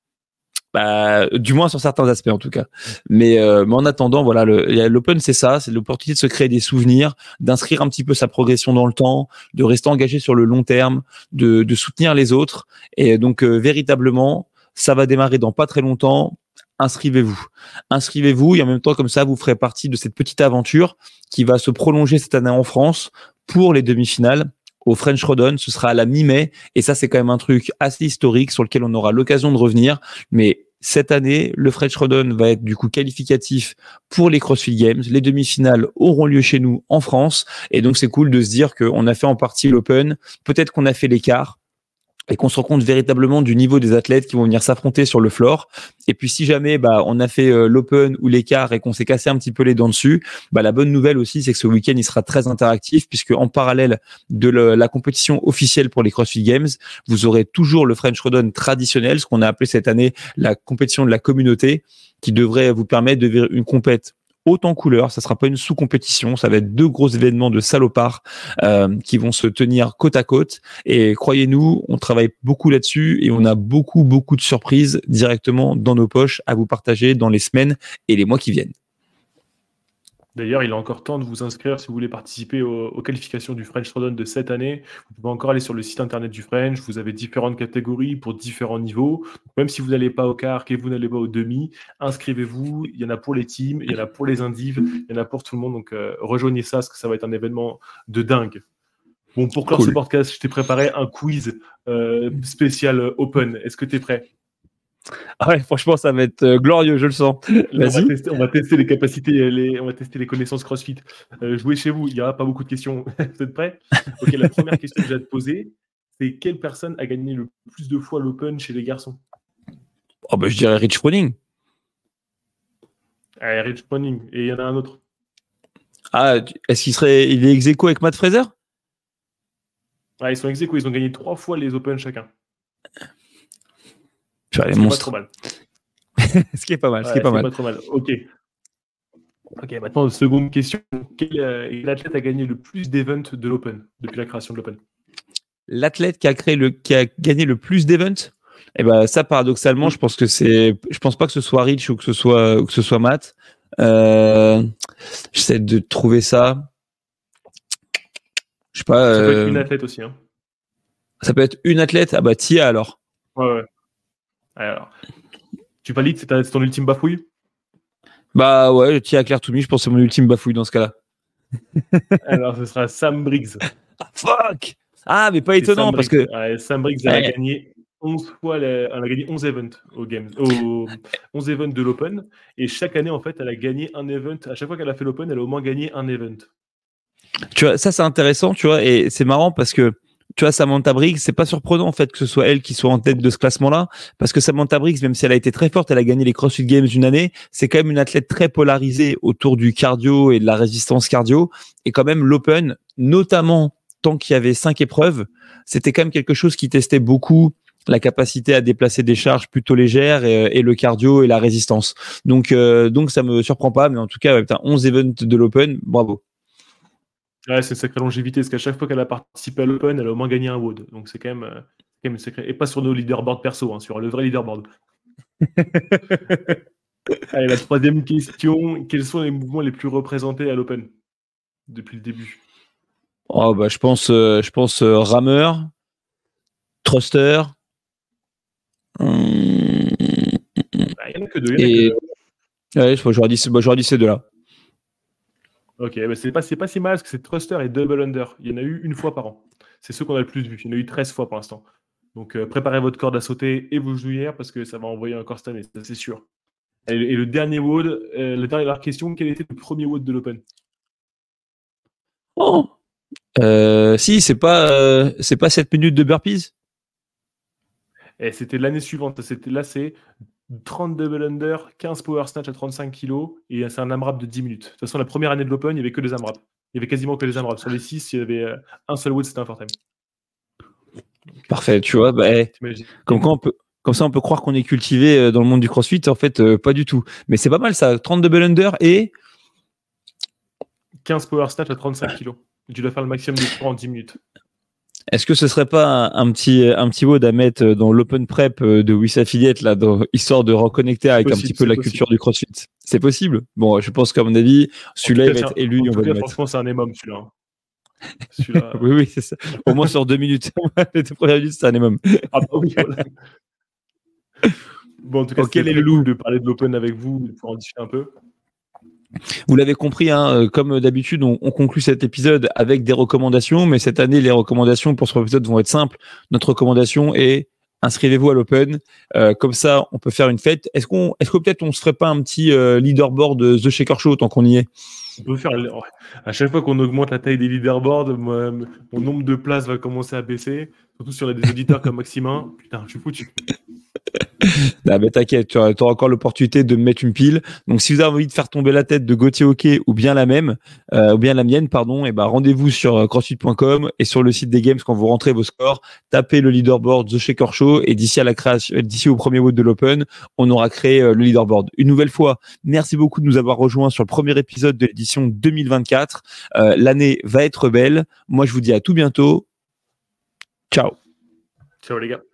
Bah, du moins sur certains aspects en tout cas. Mais, euh, mais en attendant, voilà, le, l'Open c'est ça, c'est l'opportunité de se créer des souvenirs, d'inscrire un petit peu sa progression dans le temps, de rester engagé sur le long terme, de, de soutenir les autres. Et donc euh, véritablement, ça va démarrer dans pas très longtemps. Inscrivez-vous, inscrivez-vous et en même temps comme ça, vous ferez partie de cette petite aventure qui va se prolonger cette année en France pour les demi-finales. Au French Rodon, ce sera à la mi-mai, et ça c'est quand même un truc assez historique sur lequel on aura l'occasion de revenir. Mais cette année, le French Rodon va être du coup qualificatif pour les CrossFit Games. Les demi-finales auront lieu chez nous en France, et donc c'est cool de se dire qu'on a fait en partie l'Open, peut-être qu'on a fait l'écart, et qu'on se rend compte véritablement du niveau des athlètes qui vont venir s'affronter sur le floor. Et puis si jamais bah on a fait euh, l'Open ou l'écart et qu'on s'est cassé un petit peu les dents dessus, bah la bonne nouvelle aussi c'est que ce week-end il sera très interactif, puisque en parallèle de le, la compétition officielle pour les CrossFit Games, vous aurez toujours le French Rodon traditionnel, ce qu'on a appelé cette année la compétition de la communauté, qui devrait vous permettre de vivre une compète haute en couleur. Ça sera pas une sous-compétition, ça va être deux gros événements de salopards euh, qui vont se tenir côte à côte. Et croyez-nous, on travaille beaucoup là-dessus et on a beaucoup, beaucoup de surprises directement dans nos poches à vous partager dans les semaines et les mois qui viennent. D'ailleurs, il est encore temps de vous inscrire si vous voulez participer aux, aux qualifications du French Rodon de cette année. Vous pouvez encore aller sur le site internet du French. Vous avez différentes catégories pour différents niveaux. Donc, même si vous n'allez pas au quart et que vous n'allez pas au demi, inscrivez-vous. Il y en a pour les teams, il y en a pour les indives, il y en a pour tout le monde. Donc, euh, rejoignez ça parce que ça va être un événement de dingue. Bon, pour clore cool. ce podcast, je t'ai préparé un quiz euh, spécial Open. Est-ce que tu es prêt ? Ah ouais, franchement, ça va être euh, glorieux, je le sens. Vas-y. On va tester, on va tester les capacités, les, on va tester les connaissances CrossFit. Euh, jouez chez vous, il n'y aura pas beaucoup de questions. Vous êtes prêts ? Ok, la première question que j'ai à te poser, c'est quelle personne a gagné le plus de fois l'Open chez les garçons ? Oh bah, je dirais Rich Froning. Ah, Rich Froning. Et il y en a un autre. Ah, est-ce qu'il serait, il est ex aequo avec Matt Fraser ? Ah, ils sont ex aequo, ils ont gagné trois fois les Open chacun. Tu vois, les ce monstres. Qui est pas trop mal. ce qui est pas mal, ouais, ce qui est pas ce mal. Qui est pas trop mal. Ok. Ok, maintenant, seconde question. Quel, euh, quel athlète a gagné le plus d'events de l'Open depuis la création de l'Open ? L'athlète qui a créé le, qui a gagné le plus d'events ? Eh ben, ça, paradoxalement, je pense que c'est, je pense pas que ce soit Rich ou que ce soit, ou que ce soit Matt. Euh, j'essaie de trouver ça. Je sais pas. Ça euh... peut être une athlète aussi. Hein. Ça peut être une athlète. Ah bah Tia alors. Ouais, ouais. Alors, tu valides, c'est, ta, c'est ton ultime bafouille? Bah ouais, Tia Claire Toumi, je pense que c'est mon ultime bafouille dans ce cas-là. Alors, ce sera Sam Briggs. Ah, fuck! Ah, mais pas étonnant Sam parce Briggs. que. Ouais, Sam Briggs, elle a gagné onze fois, la... elle a gagné onze events au Games, au onze events de l'Open. Et chaque année, en fait, elle a gagné un event. À chaque fois qu'elle a fait l'Open, elle a au moins gagné un event. Tu vois, ça c'est intéressant, tu vois, et c'est marrant parce que tu vois, Samantha Briggs, c'est pas surprenant en fait que ce soit elle qui soit en tête de ce classement-là, parce que Samantha Briggs, même si elle a été très forte, elle a gagné les CrossFit Games une année, c'est quand même une athlète très polarisée autour du cardio et de la résistance cardio, et quand même l'Open, notamment tant qu'il y avait cinq épreuves, c'était quand même quelque chose qui testait beaucoup la capacité à déplacer des charges plutôt légères et, et le cardio et la résistance. Donc, euh, donc ça me surprend pas, mais en tout cas, ouais, putain, onze events de l'Open, bravo. Ouais, c'est une sacrée longévité, parce qu'à chaque fois qu'elle a participé à l'Open, elle a au moins gagné un W O D. Donc c'est quand même, euh, quand même sacré. Et pas sur nos leaderboards perso, hein, sur le vrai leaderboard. Allez, la troisième question. Quels sont les mouvements les plus représentés à l'Open depuis le début? Oh bah je pense, euh, je pense euh, rameur, thruster. Hum... Ah, il n'y en a que deux. Il y en a Et... que deux. Ouais, j'aurais dit, bah, j'aurais dit ces deux-là. Ok, bah c'est pas, c'est pas si mal parce que c'est thruster et double under. Il y en a eu une fois par an. C'est ceux qu'on a le plus vu. Il y en a eu treize fois pour l'instant. Donc euh, préparez votre corde à sauter et vos genouillères parce que ça va envoyer encore cette année, ça, c'est sûr. Et, et le dernier W O D, euh, la dernière question, quel était le premier W O D de l'Open? Oh euh, si, c'est pas, euh, c'est pas sept minutes de burpees. Et c'était l'année suivante. C'était, là, c'est trente double under, quinze power snatch à trente-cinq kilos et c'est un AMRAP de dix minutes. De toute façon, la première année de l'Open, il n'y avait que des AMRAP. Il y avait quasiment que des AMRAP. Sur les six, il y avait euh, un seul W O D, c'était un four time. Donc, parfait, tu vois, bah, hey, comme, quoi on peut, comme ça on peut croire qu'on est cultivé dans le monde du CrossFit, en fait, euh, pas du tout. Mais c'est pas mal ça, trente double under et quinze power snatch à trente-cinq kilos. Tu dois faire le maximum de poids en dix minutes. Est-ce que ce serait pas un, un petit un petit mot à mettre dans l'open prep de Wiss Affiliate là, dans, histoire de reconnecter avec possible, un petit peu la possible. culture du CrossFit? C'est possible. Bon, je pense qu'à mon avis, celui-là il va être élu. En on tout va cas, le mettre. franchement, c'est un émum celui-là. celui-là... oui, oui, c'est ça. Au moins sur deux minutes. Les deux premières minutes, c'est un émum. Ah bah oui, voilà. Bon, en tout cas, okay, c'était très cool de parler de l'Open avec vous, de pouvoir en discuter un peu. Vous l'avez compris, hein, comme d'habitude, on, on conclut cet épisode avec des recommandations, mais cette année, les recommandations pour ce épisode vont être simples. Notre recommandation est inscrivez-vous à l'Open, euh, comme ça, on peut faire une fête. Est-ce qu'on, est-ce que peut-être on se ferait pas un petit euh, leaderboard The Shaker Show tant qu'on y est? On peut faire. À chaque fois qu'on augmente la taille des leaderboards, moi, mon nombre de places va commencer à baisser, surtout sur des auditeurs comme Maximin. Putain, je suis foutu. Ah ben t'inquiète, tu auras, tu auras encore l'opportunité de me mettre une pile. Donc si vous avez envie de faire tomber la tête de Gauthier Hockey ou bien la même, euh, ou bien la mienne, pardon, et ben rendez-vous sur crossfit point com et sur le site des Games quand vous rentrez vos scores, tapez le leaderboard The Shaker Show et d'ici à la création, d'ici au premier vote de l'Open, on aura créé euh, le leaderboard. Une nouvelle fois, merci beaucoup de nous avoir rejoints sur le premier épisode de l'édition deux mille vingt-quatre. Euh, l'année va être belle. Moi, je vous dis à tout bientôt. Ciao. Ciao les gars.